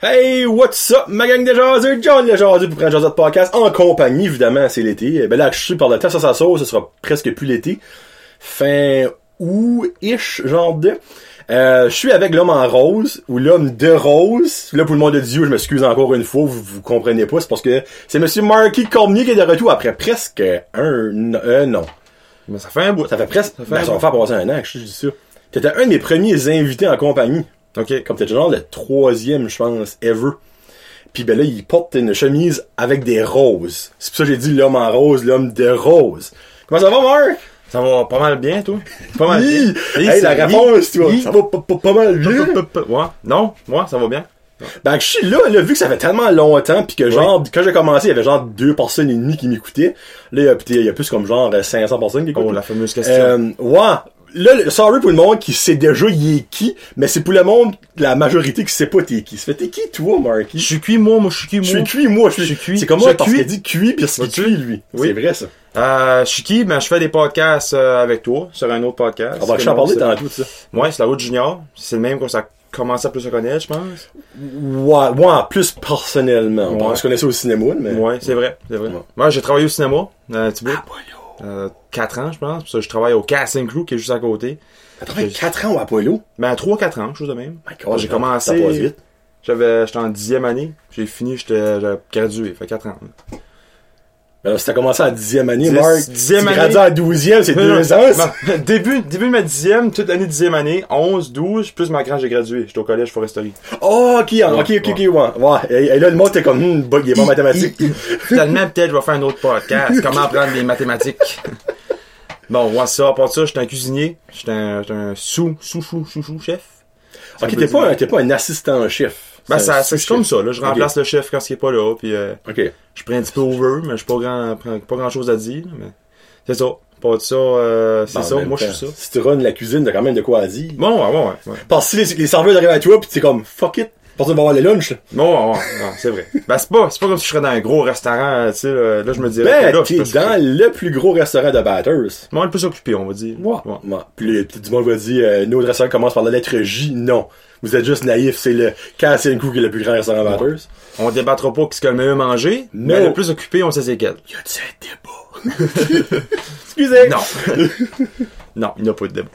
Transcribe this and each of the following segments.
Hey, what's up, ma gang de jaseux, John le jaseux pour prendre jaseux de podcast, en compagnie, évidemment, c'est l'été. Ben là, je suis par le temps, ça sauce, ce sera presque plus l'été. Fin août-ish, genre de. Je suis avec l'homme en rose, ou l'homme de rose. Là, pour le monde de Dieu, je m'excuse encore une fois, vous comprenez pas, c'est parce que c'est monsieur Marky Cormier qui est de retour après presque non. Mais ça fait un bout. Ça fait presque, ça va faire passer un an que je dis ça. T'étais un de mes premiers invités en compagnie. OK. Comme t'es genre le 3e, je pense, ever. Puis ben là, il porte une chemise avec des roses. C'est pour ça que j'ai dit l'homme en rose, l'homme de rose. Comment ça va, Marc? Ça va pas mal bien, toi? Pas mal bien. Hey, la réponse, tu vois. Ça va pas mal bien. Ouais. Non, moi, ça va bien. Ben, je suis là, vu que ça fait tellement longtemps, pis que genre, quand j'ai commencé, il y avait genre 2 personnes et demie qui m'écoutaient. Là, il y a plus comme genre 500 personnes qui écoutent. Oh, la fameuse question. Ouais. Là, sorry pour le monde qui sait déjà il est qui, mais c'est pour le monde, la majorité qui sait pas t'es qui. Ça fait t'es qui, toi, Marky? Je suis cuit, moi, je suis cuit, moi. Je suis cuit, moi, je suis cuit. C'est comme moi, parce qu'il dit cuit, pis c'est cuit, lui. Oui. C'est vrai, ça. Je suis qui? Ben, je fais des podcasts avec toi, sur un autre podcast. Ah, ben, je t'en parlais tantôt de ça. Ouais, c'est la route junior. C'est le même qu'on ça commencé à plus se connaître, je pense. Ouais, plus personnellement. Ouais. On se connaissait au cinéma, mais. Ouais, c'est vrai. Ouais. Moi, j'ai travaillé au cinéma, un petit bout. 4 ans, je pense. Puis ça, je travaille au Casting Crew, qui est juste à côté. T'as travaillé 4 ans au Apollo? Ben, 3-4 ans, quelque chose de même. My God, J'ai commencé. Ça passe vite. J'étais en 10e année. J'ai fini, j'avais gradué. Fait 4 ans. Ben là, si t'as commencé en 10e année, Marc. 10e année. gradué en 12e, c'est 2 ans. Non, début de ma 10e, toute l'année 10e année, 11, 12, plus ma grande, j'ai gradué. J'étais au collège Foresterie. Oh, ok, ouais. Et là, le monde était comme, il est pas mathématique. Finalement, peut-être, je vais faire un autre podcast. Comment apprendre les mathématiques. Bon, moi, ça, à part ça, j'étais un cuisinier. J'étais un sous-chef. Ok, t'es pas un assistant chef. Ben, c'est comme ça, là. Je remplace le chef quand il est pas là, puis ok. je prends un petit peu over, mais j'ai pas grand chose à dire, mais c'est ça. Pas de ça, c'est ça. Moi, je suis ça. Si tu runs la cuisine, t'as quand même de quoi à dire. Bon, ouais. Parce que si les serveurs arrivent à toi, pis t'es comme, fuck it. Parce qu'on va avoir le lunch, là. Non, c'est vrai. Ben, c'est pas comme si je serais dans un gros restaurant, tu sais, là, je me dirais. Ben, t'es dans le plus gros restaurant de Batters. Moi, le plus occupé, on va dire. Ouais. Puis du monde va dire, notre restaurant commence par la lettre J. Non. Vous êtes juste naïf, c'est le Casting Crew qui est le plus grand restaurant de Batters. On débattra pas qui ce que le mieux manger, mais le plus occupé, on sait c'est quel. Y a-tu un débat? Excusez! Non. Non, il n'y a pas de débat.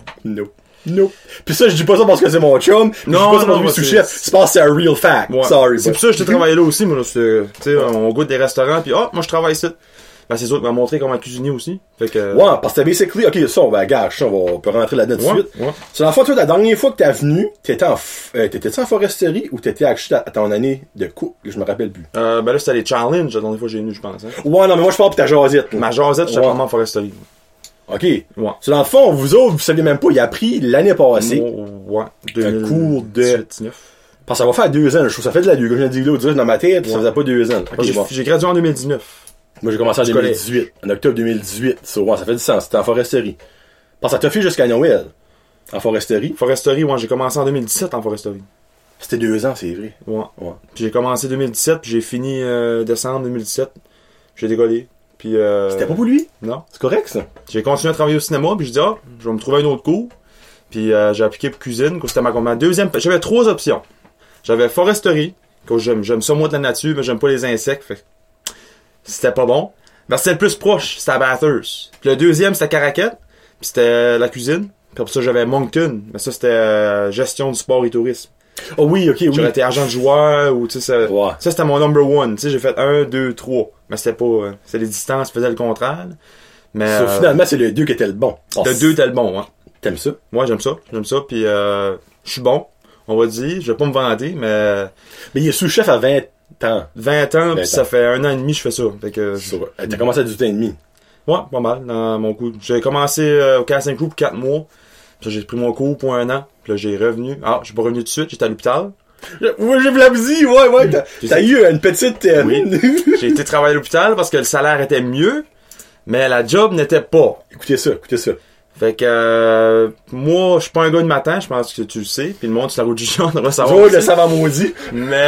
No. Pis ça, je dis pas ça parce que c'est mon chum. Je dis pas ça parce que je suis sous-chef. C'est parce que c'est un real fact. Ouais. Sorry. C'est pour ça que je t'ai travaillé là aussi, moi, là. Tu sais, on goûte des restaurants, pis moi, je travaille ici. Ben, c'est ça, tu m'as montré comment cuisiner aussi. Fait que. Ouais, parce que basically, ok, ça, on va gâcher ça, on peut rentrer là-dedans tout de suite. Ouais. C'est la fois, toi, la dernière fois que t'es venu, t'étais-tu en foresterie ou t'étais à ton année de couple? Je me rappelle plus. Ben là, c'était les challenges, la dernière fois que j'ai venu, je pense, hein. Ouais, non, mais moi, je parle pour ta jasette. Ma jasette, j'étais vraiment en foresterie. Ok. Ouais. C'est dans le fond, vous autres, vous saviez même pas, il a pris l'année passée. Ouais. Un cours de. 19. Parce que ça va faire 2 ans, je trouve que ça fait de la comme je l'ai dit l'autre, dans ma tête, ça faisait pas 2 ans. Okay, j'ai gradué en 2019. Moi, j'ai commencé en 2018. En octobre 2018. Ouais, ça fait du sens. C'était en foresterie. Parce que ça t'a fait jusqu'à Noël. En foresterie. Foresterie, ouais, j'ai commencé en 2017 en foresterie. C'était 2 ans, c'est vrai. Ouais. Puis j'ai commencé 2017, puis j'ai fini décembre 2017. J'ai décollé. Puis C'était pas pour lui? Non. C'est correct, ça? J'ai continué à travailler au cinéma, puis j'ai dit, je vais me trouver un autre cours. Puis j'ai appliqué pour cuisine, c'était ma deuxième. J'avais 3 options. J'avais foresterie, que j'aime ça moi de la nature, mais j'aime pas les insectes, fait c'était pas bon. Ben, c'était le plus proche, c'était à Bathurst. Puis le deuxième, c'était Caraquette, puis c'était la cuisine. Puis pour ça, j'avais Moncton, mais ça, c'était gestion du sport et tourisme. Oh oui, ok, oui. J'aurais été agent de joueur, ou tu sais, ça, ouais. Ça c'était mon number one. Tu sais, j'ai fait 1, 2, 3. Mais c'était pas, c'est les distances faisaient le contraire. Mais finalement, c'est le 2 qui était le bon. Le 2 était le bon, hein. T'aimes ça? Moi, j'aime ça, puis je suis bon, on va dire. Je vais pas me vanter, mais il est sous-chef à 20 ans. 20 ans, puis ça fait 1 an et demi que je fais ça. Fait que t'as commencé à 18 ans et demi. Ouais, pas mal, dans mon coup. J'ai commencé au Casting Crew pour 4 mois. Puis j'ai pris mon cours pour 1 an. Puis là, j'ai revenu. Je suis pas revenu tout de suite, j'étais à l'hôpital. Ouais, j'ai dit, ouais. T'as eu une petite... Oui. J'ai été travailler à l'hôpital parce que le salaire était mieux, mais la job n'était pas. Écoutez ça. Fait que moi, je suis pas un gars de matin, je pense que tu le sais. Puis le monde sur la route du champ devrait savoir. Oh, le savant maudit. Mais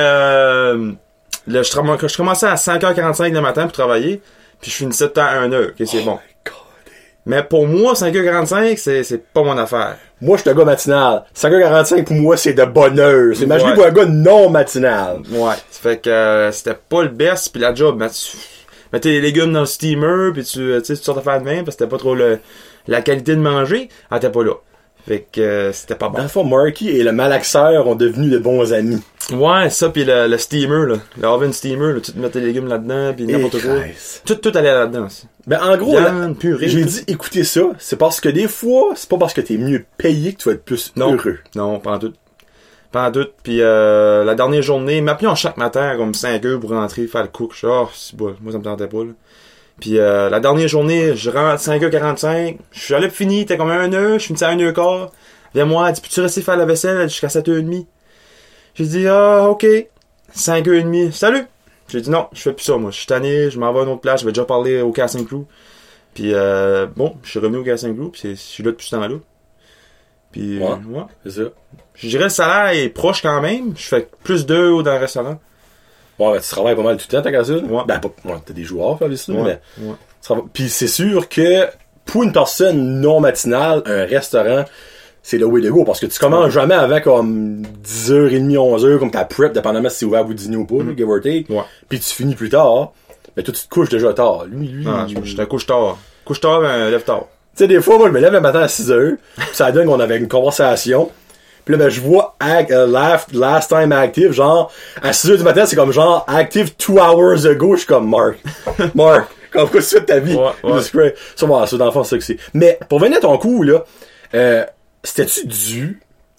là, je commençais à 5h45 le matin pour travailler, puis je finissais de temps à 1h. Ok, c'est bon. Mais pour moi, 5h45, c'est pas mon affaire. Moi, je suis un gars matinal. 5h45, pour moi, c'est de bonheur. C'est imaginé pour un gars non matinal. Ouais. Ça fait que c'était pas le best, puis la job, mettez les légumes dans le steamer, puis tu sors de faire de même, parce que c'était pas trop la qualité de manger. Elle était pas là. Fait que c'était pas bon. Dans le fond, Marky et le malaxeur ont devenu de bons amis. Ouais, ça, pis le steamer, là. Le oven steamer, là. Tu te mets tes légumes là-dedans, pis n'importe quoi. Tout allait là-dedans, aussi. Ben, en gros, Viande, purée, j'ai tout. dit écoutez ça, c'est parce que des fois, c'est pas parce que t'es mieux payé que tu vas être plus heureux. Non, pas en tout. Pas en tout. Pis la dernière journée, ils m'appelaient chaque matin, comme 5 heures pour rentrer, faire le cook. Moi, ça me tentait pas, là. Puis la dernière journée, je rentre 5h45, je suis allé fini, t'es comme 1h, je finissais à 1h15. Viens-moi, elle dit, peux-tu rester faire la vaisselle jusqu'à 7h30? J'ai dit, ok. 5h30, salut! J'ai dit, non, je fais plus ça, moi. Je suis tanné, je m'en vais à une autre place, je vais déjà parler au casting crew. Puis bon, je suis revenu au casting crew, puis je suis là depuis ce temps-là. Puis, ouais. C'est ça. Je dirais le salaire est proche quand même, je fais plus d'heures dans le restaurant. Ouais, tu travailles pas mal tout le temps, t'as qu'à ça? Ouais. Ben, t'as des joueurs, faire ça, ouais. mais... Ouais. Puis c'est sûr que, pour une personne non matinale, un restaurant, c'est le way to go, parce que tu commences jamais avant comme 10h30, 11h, comme ta prep, dépendamment si c'est ouvert à bout de dîner ou pas, give or take. Ouais. Puis tu finis plus tard, mais toi tu te couches déjà tard. Lui. Je te couche tard. Couche tard, ben, lève tard. Tu sais, des fois, moi, je me lève le matin à 6h, pis ça donne qu'on avait une conversation. Puis là, ben, je vois last time active, genre, à 6h du matin, c'est comme genre, active 2 hours ago, je suis comme, Mark, comme quoi c'est de ta vie? Ouais. Ça, dans le fond, c'est ça que c'est. Mais, pour venir à ton coup, là, c'était-tu dû?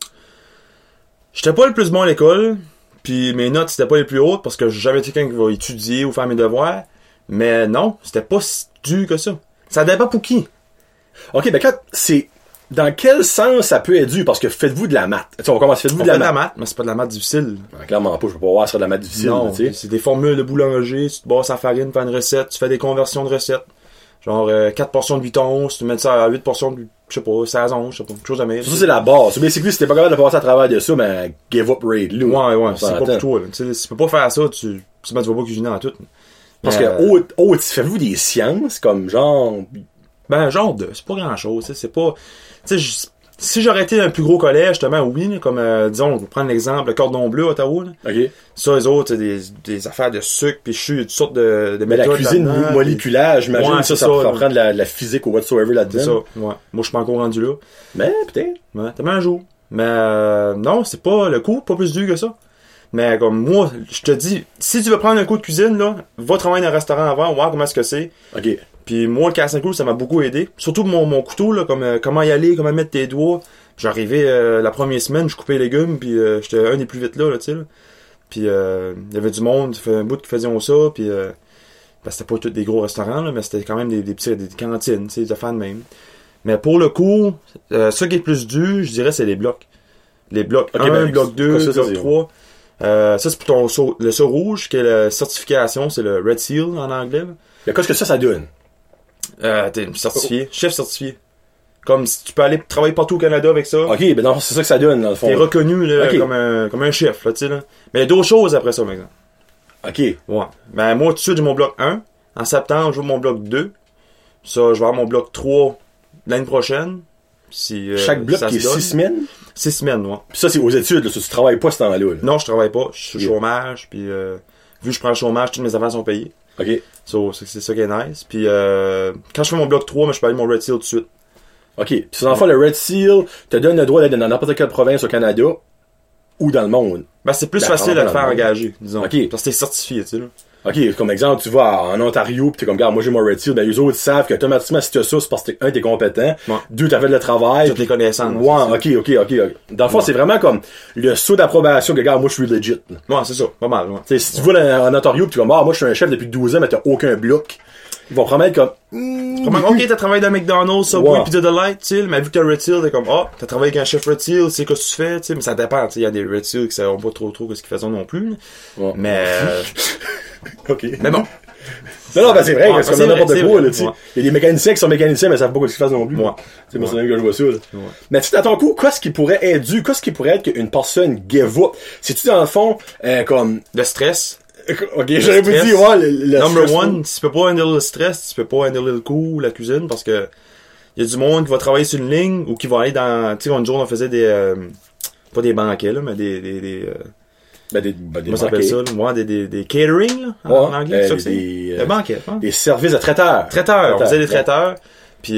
J'étais pas le plus bon à l'école, puis mes notes, c'était pas les plus hautes, parce que j'ai jamais été quelqu'un qui va étudier ou faire mes devoirs. Mais non, c'était pas si dû que ça. Ça dépend pour qui. Ok, ben quand c'est... Dans quel sens ça peut être dû? Parce que faites-vous de la maths. T'sais, on commence, faites-vous de la maths. Mais c'est pas de la maths difficile. Ben, clairement pas, je peux pas voir ça de la maths difficile. Non, c'est des formules de boulanger, tu te bosses à farine, tu fais une recette, tu fais des conversions de recettes. Genre 4 portions de 8 onces, tu mets ça à 8 portions de, je sais pas, 16 onces, je sais pas, quelque chose de même. Ça, c'est la base. Basically, si t'es pas capable de passer à travers de ça, ben, give up rate, là. Ouais, c'est pas pour toi, là. Tu peux pas faire ça, tu vas pas cuisiner en tout. Parce que, faites-vous des sciences, comme genre... Ben, genre c'est pas grand chose, c'est pas, tu sais, si j'aurais été dans un plus gros collège, justement, oui, là, comme, disons, on va prendre l'exemple, le Cordon Bleu, Ottawa, là. OK. Ça, les autres, c'est des affaires de sucre, pis je suis toutes sortes de mais la cuisine moléculaire, j'imagine, ouais, ça prend de la physique ou whatsoever là-dedans. C'est ça, ouais. Moi, je suis pas encore rendu là. Mais, peut-être. Ouais, t'as bien un jour. Mais, non, c'est pas le coup, pas plus dur que ça. Mais, comme, moi, je te dis, si tu veux prendre un coup de cuisine, là, va travailler dans un restaurant avant, voir comment est-ce que c'est. OK. Puis moi, le casting crew, ça m'a beaucoup aidé. Surtout mon couteau, là, comme comment y aller, comment mettre tes doigts. J'arrivais la première semaine, je coupais les légumes, puis j'étais un des plus vite là, tu sais. Là. Puis il y avait du monde, fait un bout qui faisaient ça, puis c'était pas tous des gros restaurants, là, mais c'était quand même des cantines, tu sais, des fans même. Mais pour le coup, ce qui est plus dur, je dirais, c'est les blocs. Les blocs 1, bloc 2, bloc 3. Ça, c'est pour le saut rouge, qui est la certification, c'est le Red Seal en anglais. Mais qu'est-ce que ça donne? T'es certifié, chef certifié. Comme si tu peux aller travailler partout au Canada avec ça. Ok, ben non, c'est ça que ça donne, dans le fond. T'es reconnu, là, comme un chef, là, tu sais, là. Mais il y a d'autres choses après ça, par exemple. Ok. Ouais. Ben, moi, tout de suite, j'ai mon bloc 1. En septembre, je veux mon bloc 2. Ça, je vais avoir mon bloc 3 l'année prochaine. Si, chaque bloc qui est 6 semaines? 6 semaines, ouais. Pis ça, c'est aux études, là. Ça, tu travailles pas ce temps-là, là. Non, je travaille pas. Je suis au chômage, puis vu que je prends le chômage, toutes mes affaires sont payées. Ok. So, c'est ça qui est nice. Puis quand je fais mon bloc 3, je peux aller mon Red Seal tout de suite. Ok. Puis dans le fond, le Red Seal te donne le droit d'être dans n'importe quelle province au Canada ou dans le monde. Ben, c'est plus facile à te faire engager, disons. Ok. Parce que t'es certifié, tu sais, là. Ok, comme exemple, tu vas en Ontario pis t'es comme, regarde, moi j'ai mon Red Seal, ben eux autres savent qu'automatiquement si t'as ça, c'est parce que t'es compétent, ouais. 2, t'as fait le travail. Toutes les connaissances. Ouais, ok. Dans le fond, c'est vraiment comme le saut d'approbation que, regarde, moi je suis legit. Ouais, c'est ça, pas mal, ouais. T'sais, si tu vas en Ontario pis tu es comme, moi je suis un chef depuis 12 ans, mais t'as aucun bloc, ils vont promettre comme, ok, t'as travaillé dans McDonald's, Subway, Pizza Delight, tu sais, mais vu que t'as Red Seal, t'es comme, t'as travaillé avec un chef Red Seal, c'est quoi que tu fais, tu sais, mais ça dépend, tu sais, il y a des Red Seal qui savent pas trop ce qu'ils faisaient non plus, ouais. Mais, ok. Mais bon. Non, ben c'est vrai, c'est comme n'importe quoi, là, tu sais. Ouais. Il y a des mécaniciens qui sont mécaniciens, mais ils savent pas ce qu'ils fassent non plus. Ouais. C'est moi, c'est même que je vois ça, là. Ouais. Mais tu sais, à ton coup, qu'est-ce qui pourrait être dû? Qu'est-ce qui pourrait être qu'une personne give up? C'est-tu dans le fond, comme... Le stress. Ok, j'aurais vous dit, ouais, le Number stress, one, si tu peux pas handler le stress, tu peux pas handler le coup, la cuisine, parce que il y a du monde qui va travailler sur une ligne ou qui va aller dans, tu sais, une journée on faisait des, pas des banquets, là, mais des comment ça s'appelle ça, là? Moi, des catering, là, en anglais, c'est ça que c'est. Des banquets, hein? Des services de traiteurs. On faisait des traiteurs. Puis,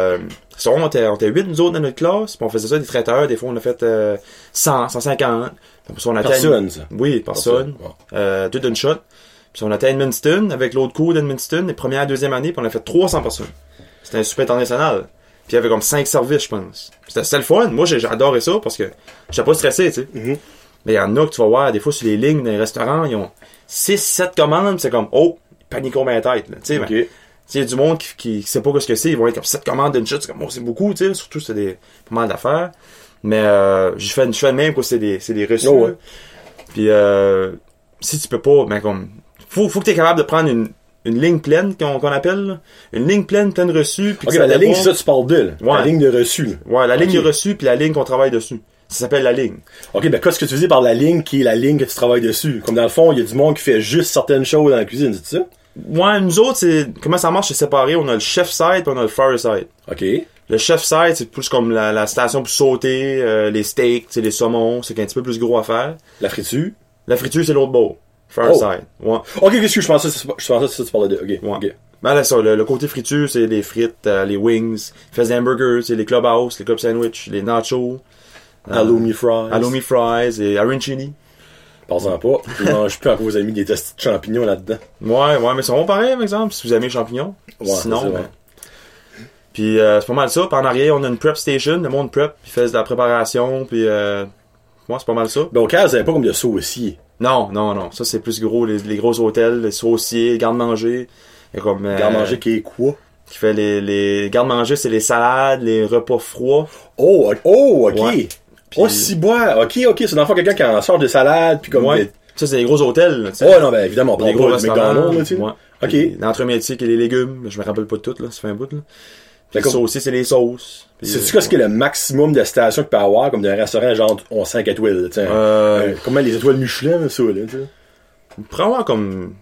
on était 8 nous autres dans notre classe, puis on faisait ça des traiteurs. Des fois, on a fait 100, 150. Puis on Personne, ça. Oui, personne. Tout d'une shot. Puis on était à Edmundston, avec l'autre cours d'Edmundston, les premières, deuxième année, puis on a fait 300 personnes. C'était un super international. Puis il y avait comme 5 services, je pense. C'était le fun. Moi, j'ai adoré ça, parce que j'étais pas stressé, tu sais. Mm-hmm. Mais il y en a que tu vas voir, des fois, sur les lignes dans les restaurants, ils ont 6, 7 commandes, c'est comme, oh, panique ma tête, là. Tu sais, okay. Il y a du monde qui sait pas ce que c'est, ils vont être comme 7 commandes d'une shot, c'est comme, oh, c'est beaucoup, tu sais, surtout c'est pas mal d'affaires. Mais, je fais le même, quoi, c'est des reçus. Oh, ouais. Puis, si tu peux pas, ben, comme, faut que t'es capable de prendre une ligne pleine, qu'on appelle, là. Une ligne pleine de reçus. Ok, ben, la ligne, c'est ça, tu parles d'elle. Ouais. La ligne de reçus, là. Ouais, la ligne de reçus, puis la ligne qu'on travaille dessus. Ça s'appelle la ligne. Ok, ben qu'est-ce que tu dis par la ligne qui est la ligne que tu travailles dessus? Comme dans le fond, il y a du monde qui fait juste certaines choses dans la cuisine, c'est ça? Ouais, nous autres, comment ça marche, c'est séparé. On a le chef side et on a le fire side. Ok. Le chef side, c'est plus comme la station pour sauter, les steaks, les saumons, c'est un petit peu plus gros à faire. La friture? La friture, c'est l'autre bowl. Fire side. Ouais. Ok, qu'est-ce que je pensais que tu parlais de. Ok. Ouais. Okay. Ben là, ça, le côté friture, c'est les frites, les wings, ils font des hamburgers, c'est les clubhouse, les club sandwich, les nachos. Halloumi fries. Halloumi fries et arancini. Parle-en pas. Je mange plus à vos amis des testes de champignons là-dedans. Ouais, mais ils sont bons pareil, par exemple, si vous aimez les champignons. Ouais, sinon, ben. Puis c'est pas mal ça. Puis en arrière, on a une prep station, le monde prep, ils font de la préparation, puis ouais, c'est pas mal ça. Ben au cas, vous avez pas comme de saucier. Non. Ça, c'est plus gros, les gros hôtels, les sauciers, garde-manger. Il y a comme... Garde-manger qui est quoi? Qui fait les garde-manger, c'est les salades, les repas froids. Oh, ok. Ouais. Puis, oh, si bois. Ok. C'est dans le fond quelqu'un qui en sort de salade, puis comme... Ouais. Ça, c'est les gros hôtels. Oh non, ben évidemment, on les parle gros pas de McDonald's, là, tu sais. Ouais. Ok. L'entremétier et les légumes, je me rappelle pas de tout, là, ça fait un bout, là. Les D'accord. sauciers, c'est les sauces. C'est-tu qu'est-ce qui est le maximum de stations qu'il peut y avoir, comme d'un restaurant genre 5 étoiles, tu sais? Comment les étoiles Michelin, là, ça, là, tu sais? Il pourrait avoir comme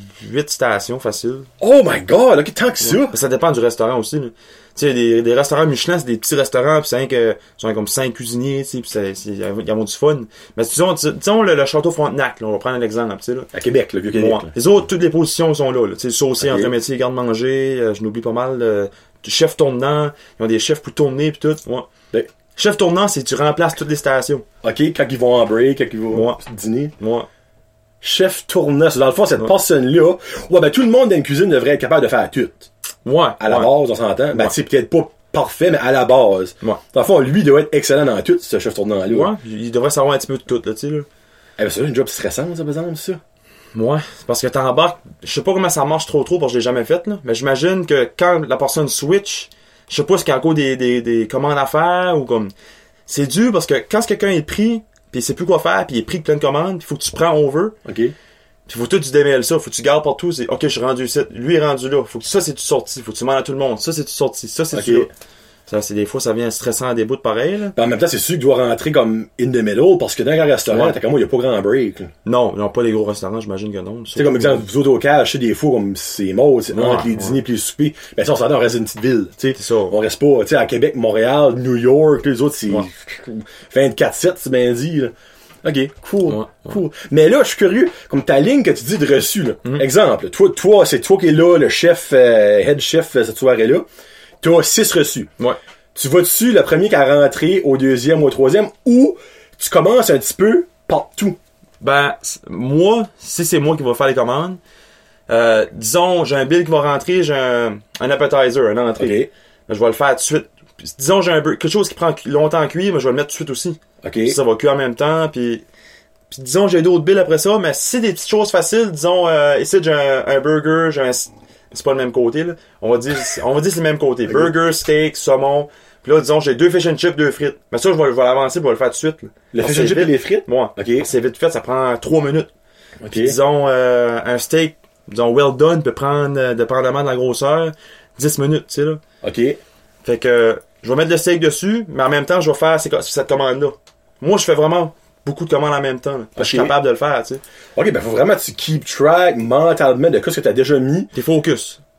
8 stations faciles. Oh my god, ok, tant que ça! Ouais. Ça dépend du restaurant aussi, là. Tu sais, des restaurants Michelin, c'est des petits restaurants, pis sont comme 5 cuisiniers, tu sais, pis ils ont du fun. Mais disons le Château Frontenac, là, on va prendre un exemple, tu sais, là. À Québec, le vieux Québec. Ouais. Les autres, toutes les positions sont là, tu sais, saucier, okay. entremétier, garde-manger, je n'oublie pas mal, chef tournant, ils ont des chefs pour tourner pis tout, ouais. Ben. Chef tournant, c'est tu remplaces toutes les stations. Ok, quand ils vont en break, quand ils vont dîner. Ouais. Chef tournant, dans le fond, cette personne-là, ouais, ben tout le monde dans une cuisine devrait être capable de faire tout. Ouais. À la base, on s'entend. Ben, c'est peut-être pas parfait, mais à la base. Ouais. Dans le fond, lui, doit être excellent dans tout, ce chef tournant-là. Ouais, il devrait savoir un petit peu de tout, là, tu sais, là. Eh ben, c'est une job stressante, ça, par exemple, ça. Ouais, parce que t'embarques, je sais pas comment ça marche trop parce que je l'ai jamais fait, là, mais j'imagine que quand la personne switch, je sais pas s'il y a encore des commandes à faire ou comme, c'est dur parce que quand quelqu'un est pris, pis il sait plus quoi faire, pis il est pris de plein de commandes, pis faut que tu prends over. Ok. Pis faut tout tu démêles ça, faut que tu gardes partout, c'est, ok, je suis rendu ici, lui est rendu là, faut que ça c'est tout sorti, faut que tu demandes à tout le monde, ça c'est tout sorti, ça c'est tout là. Ça, c'est des fois, ça vient stressant à des bouts de pareil, là. Pis en même temps, c'est sûr qu'il doit rentrer comme in the middle, parce que dans un restaurant, t'as comme moi, il y a pas grand break, là. Non, ils n'ont pas les gros restaurants, j'imagine que non. Tu sais, comme exemple, vous autres au cage, je sais, des fois, comme c'est mort, c'est entre les dîners pis les soupers. Ben, ça, on s'entend, on reste une petite ville, tu sais. C'est ça. On reste pas, tu sais, à Québec, Montréal, New York, les autres, c'est 24/7, c'est bien dit, là. Ok, cool, cool. Mais là, je suis curieux, comme ta ligne que tu dis de reçu, là. Exemple, toi, c'est toi qui es là, le chef, head chef, cette soirée-là. T'as 6 reçus. Ouais. Tu vas dessus le premier qui a rentré, au deuxième ou au troisième, ou tu commences un petit peu partout. Ben, moi, si c'est moi qui va faire les commandes, disons, j'ai un bill qui va rentrer, j'ai un appetizer, un entrée. Okay. Ben, je vais le faire tout de suite. Puis, disons, j'ai quelque chose qui prend longtemps à cuire, mais je vais le mettre tout de suite aussi. Okay. Ça va cuire en même temps, puis disons, j'ai d'autres bills après ça, mais si c'est des petites choses faciles, disons, ici, j'ai un burger, c'est pas le même côté, là. On va dire c'est le même côté. Okay. Burger, steak, saumon. Puis là, disons, j'ai 2 fish and chips, 2 frites. Mais ça, je vais l'avancer pour le faire tout de suite, là. Le fish and chips et les frites? Moi. Ok. C'est vite fait, ça prend 3 minutes. Ok. Puis disons, un steak, disons, well done, peut prendre, dépendamment de la grosseur, 10 minutes, tu sais, là. Ok. Fait que, je vais mettre le steak dessus, mais en même temps, je vais faire cette commande-là. Moi, je fais vraiment beaucoup de commandes en même temps, là. Parce que je suis capable de le faire, tu sais. Ok, ben faut vraiment que tu keep track mentalement de ce que t'as déjà mis. T'es focus.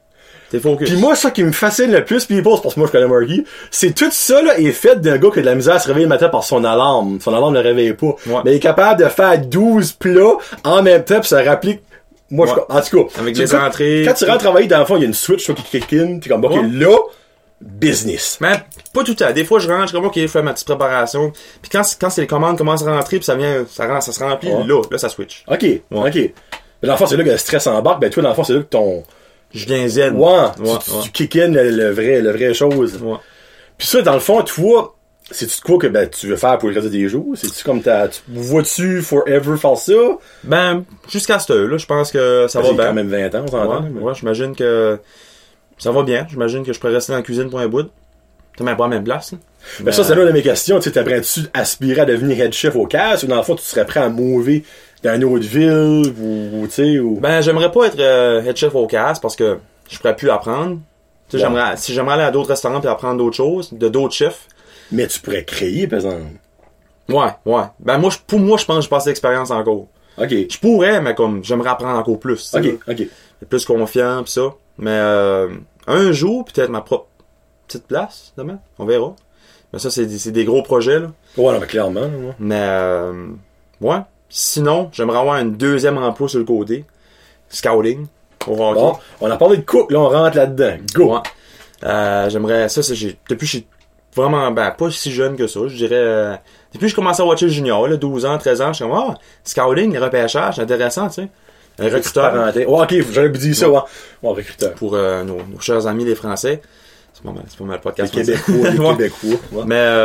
T'es focus. Puis moi, ça qui me fascine le plus, people, c'est parce que moi je connais Marky, c'est tout ça là est fait d'un gars qui a de la misère à se réveiller le matin par son alarme. Son alarme ne le réveille pas. Ouais. Mais il est capable de faire 12 plats en même temps pis ça rapplique. Moi, en tout cas. Avec les entrées. Quand tu rentres travailler, dans le fond, il y a une switch qui kick in, t'es comme, ok, là, business. Mais pas tout le temps. Des fois, je rentre, je suis comme, ok, je fais ma petite préparation. Puis quand c'est les commandes commencent à rentrer, puis ça se remplit, là, ça switch. Ok. Mais dans le fond, c'est là que le stress embarque. Ben, toi, dans le fond, c'est là que ton... Je viens zen. Tu kick in le vrai chose. Ouais. Puis ça, dans le fond, toi, c'est-tu quoi que tu veux faire pour le reste des jours? C'est-tu comme vois-tu forever faire ça? Ben, jusqu'à ce là je pense que ça va bien. Quand même 20 ans, on s'entend. Ouais, j'imagine que ça va bien. J'imagine que je pourrais rester dans la cuisine pour un bout. C'est même pas la même place. Mais ça, c'est l'une de mes questions. Tu sais, t'aimerais-tu aspirer à devenir head chef au CAS ou dans le fond, tu serais prêt à mouver dans une autre ville ou tu sais, ou... Ben, j'aimerais pas être head chef au CAS parce que je pourrais plus apprendre. Tu sais, j'aimerais aller à d'autres restaurants puis apprendre d'autres choses, de d'autres chefs. Mais tu pourrais créer, par exemple. Ouais. Ben, pour moi, je pense que j'ai pas assez d'expérience encore. Ok. Je pourrais, mais comme, j'aimerais apprendre encore plus. Ok. Plus confiant pis ça. Mais, un jour, peut-être ma propre petite place, demain. On verra. Mais ça, c'est des gros projets, là. Ouais, non, mais clairement, moi. Mais, ouais. Sinon, j'aimerais avoir un deuxième emploi sur le côté. Scouting. Au hockey. Bon, on a parlé de cook, là, on rentre là-dedans. Go! Ouais. J'aimerais, depuis que je suis vraiment, pas si jeune que ça, je dirais, depuis que je commençais à watcher le junior, là, 12 ans, 13 ans, je suis comme, scouting, les repêchages, c'est intéressant, tu sais. Un recruteur. Ok, j'aurais dit ça, ouais. Bon, recruteur. Pour, nos chers amis, les Français. C'est pas mal le podcast. Les Québécois. Ouais.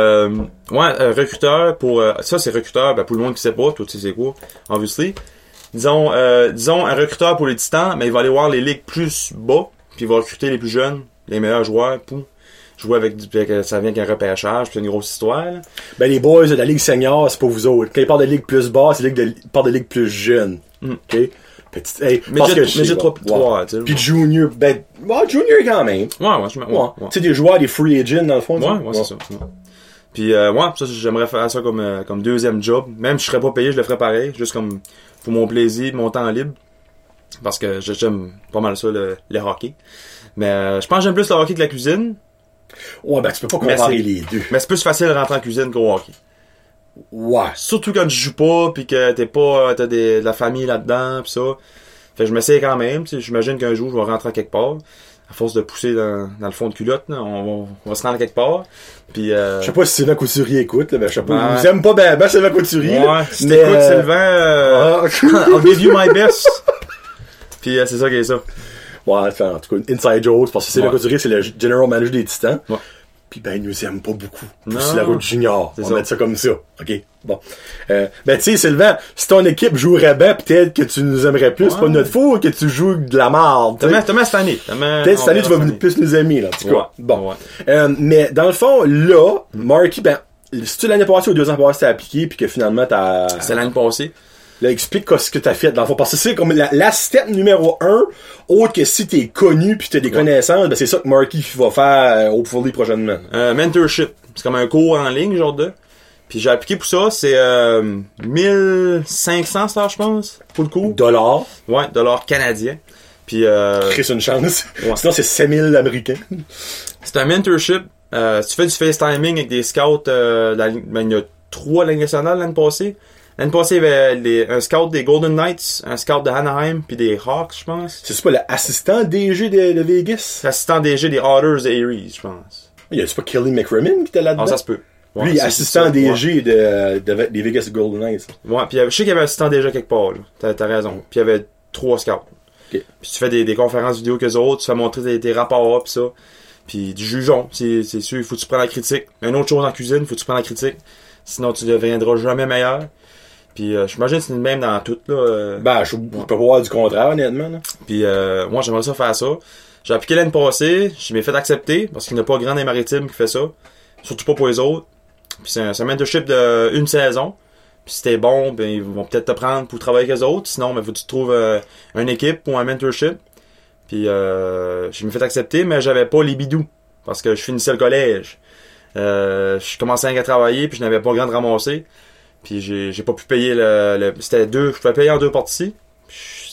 Mais, recruteur pour, ça, c'est recruteur, pour le monde qui sait pas, toi, tu sais c'est quoi, obviously. Disons, un recruteur pour les Titans, mais il va aller voir les ligues plus bas, puis il va recruter les plus jeunes, les meilleurs joueurs, pour jouer ça vient avec un repêchage, puis une grosse histoire, là. Ben, les boys de la Ligue senior, c'est pas vous autres. Quand ils parlent de Ligue plus basse, c'est ils parlent de Ligue plus jeune. Ok? Petite, hey, parce que mais j'ai 3, tu sais. Puis junior, junior quand même. Ouais. Tu sais, des joueurs, des free agents, dans le fond. Ouais, c'est ça. Ouais. Puis, ça, j'aimerais faire ça comme deuxième job. Même si je serais pas payé, je le ferais pareil. Juste comme, pour mon plaisir, mon temps libre. Parce que j'aime pas mal ça, le hockey. Mais, je pense que j'aime plus le hockey que la cuisine. Ouais, ben, tu peux pas comparer les deux. Mais c'est plus facile de rentrer en cuisine qu'au hockey. Ouais. Surtout quand tu joues pas, pis que t'as de la famille là-dedans, pis ça. Fait que je m'essaye quand même, tu sais. J'imagine qu'un jour, je vais rentrer quelque part. À force de pousser dans le fond de culotte, là, on va se rendre quelque part. Puis, je sais pas si Sylvain Couturier écoute, là, ben, je sais pas. Vous aimez pas ben Sylvain Couturier. Ouais, si t'écoutes Sylvain, I'll give you my best. Puis, c'est ça qui est ça. Ouais, en tout cas, inside joke, parce que Sylvain Couturier, c'est le general manager des Titans. Ouais. Pis ben, ils nous aiment pas beaucoup. C'est la route junior. On va mettre ça comme ça. OK. Bon. Ben, tu sais, Sylvain, si ton équipe jouerait bien, peut-être que tu nous aimerais plus. C'est pas notre faute que tu joues de la merde. Thomas cette année. Peut-être cette année, tu vas plus nous aimer, là. En tout cas. Ouais. Bon. Ouais. Mais, dans le fond, là, Marky, ben, si tu l'année passée ou 2 ans passés t'as appliqué, puis que finalement c'est l'année passée. Là, explique ce que t'as fait dans le fond. Parce que c'est comme la step numéro 1, autre que si t'es connu pis t'as des connaissances, ben c'est ça que Marky va faire au Fully prochainement. Mentorship. C'est comme un cours en ligne, genre de. Puis j'ai appliqué pour ça, c'est 1500 $, je pense, pour le cours. Dollars. Ouais, dollars canadiens. Puis Chris, une chance. Ouais. Sinon, c'est 5000 américains. C'est un mentorship. Si tu fais du FaceTiming avec des scouts, il y a 3 Ligue nationale l'année passée. L'année passée, il y avait un scout des Golden Knights, un scout de Anaheim, puis des Hawks, je pense. C'est pas l'assistant DG de Vegas? L'assistant DG des Otters de Aries, je pense. Y a-tu pas Kelly McCrimmon qui était là-dedans? Ah, ça se peut. Ouais, lui, assistant DG des Vegas Golden Knights. Ouais, puis je sais qu'il y avait un assistant DG quelque part, là. T'as raison. Puis il y avait 3 scouts. Okay. Puis tu fais des conférences vidéo qu'eux autres, tu fais montrer tes rapports, pis ça. Puis du jugeon, c'est sûr, il faut que tu prennes la critique. Une autre chose en cuisine, il faut que tu prennes la critique. Sinon, tu ne deviendras jamais meilleur. Puis j'imagine que c'est le même dans tout, là. Ben, je peux pas voir du contraire, honnêtement, là. Puis moi, j'aimerais ça faire ça. J'ai appliqué l'année passée, je m'ai fait accepter, parce qu'il n'y a pas grand des maritimes qui fait ça. Surtout pas pour les autres. Puis c'est un mentorship de 1 saison. Puis si t'es bon, ben ils vont peut-être te prendre pour travailler avec les autres. Sinon, ben faut que tu trouves une équipe ou un mentorship. Puis je me fait accepter, mais j'avais pas les bidous. Parce que je finissais le collège. Je commençais à travailler, puis je n'avais pas grand de ramasser. Puis j'ai pas pu payer c'était 2, je pouvais payer en 2 parties.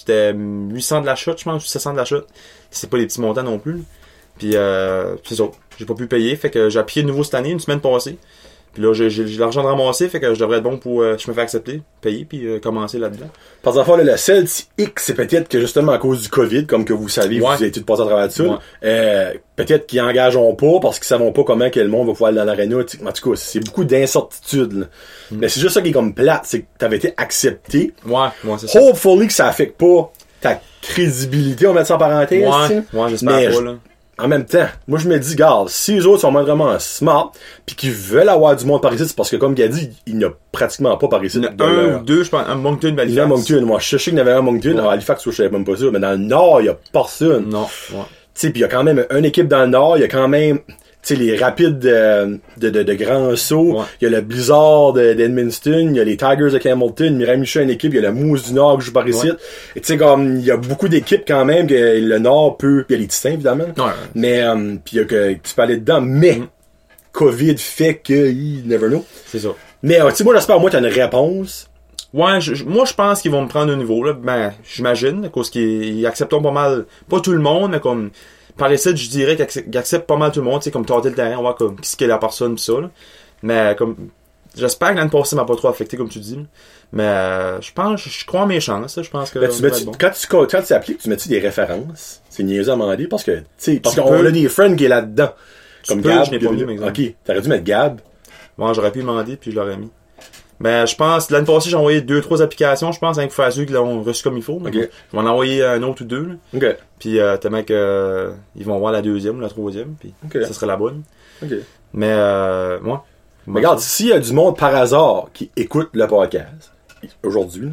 C'était 800 de la chute, je pense, ou 700 de la chute. C'est pas des petits montants non plus. Puis c'est ça. J'ai pas pu payer. Fait que j'ai appliqué de nouveau cette année, une semaine passée. Puis là, j'ai l'argent de ramasser, fait que je devrais être bon pour... je me fais accepter, payer, puis commencer là-dedans. Par exemple, le seul petit X, c'est peut-être que justement à cause du COVID, comme que vous savez, vous avez tout passé à travers de ça, peut-être qu'ils engageront pas parce qu'ils savent pas comment que le monde va pouvoir aller dans l'aréna. En tout cas, c'est beaucoup d'incertitudes. Là. Mais c'est juste ça qui est comme plate, c'est que t'avais été accepté. Ouais, c'est ça. Hopefully que ça affecte pas ta crédibilité, on va mettre ça en parenthèse. Ouais, j'espère pas, là. En même temps, moi je me dis, regarde, si les autres sont vraiment smart, pis qu'ils veulent avoir du monde par ici, c'est parce que comme il a dit, il n'y a pratiquement pas par ici. Il y en a un ou deux, je pense, à Moncton, Halifax. Il y en a à Moncton, moi je sais qu'il y en avait un à Moncton, à Halifax, je savais même pas ça, mais dans le Nord, il y a personne. Non, Tu sais, pis il y a quand même une équipe dans le Nord, il y a quand même, tu sais, les rapides de Grand Sault, il y a le Blizzard d'Edmundston, il y a les Tigers de Campbellton, Miramichi une équipe, il y a la Moose du Nord qui joue par ici. Et tu sais, comme, il y a beaucoup d'équipes quand même que le Nord peut, il y a les Titans évidemment, mais puis il y a que tu peux aller dedans, mais COVID fait que, you never know. C'est ça. Mais tu sais, moi j'espère, moi t'as une réponse. Ouais, moi je pense qu'ils vont me prendre un niveau, là, ben, j'imagine, à cause qu'ils acceptent pas mal, pas tout le monde, mais comme... Par les sites, je dirais qu'ils acceptent pas mal tout le monde, tu sais, comme tâter le terrain, on voit comme qui est la personne pis ça, là. Mais comme j'espère que l'année passée m'a pas trop affecté comme tu dis. Là. Mais je crois en mes chances, je pense que quand tu appliques, tu mets-tu des références? C'est niaiseux à demander parce que tu sais parce qu'on a des friends qui est là-dedans. Comme Gab, je n'ai pas mis, par exemple. OK, t'aurais dû mettre Gab. Bon, j'aurais pu demander puis je l'aurais mis. Mais je pense, l'année passée, j'ai envoyé 2-3 applications, je pense, avec Fazu qui l'ont reçu comme il faut. Okay. Je vais en envoyer un autre ou deux. Là. OK. Puis tellement que ils vont voir la deuxième ou la troisième, puis ça serait la bonne. OK. Mais moi. Mais regarde, s'il y a du monde par hasard qui écoute le podcast aujourd'hui,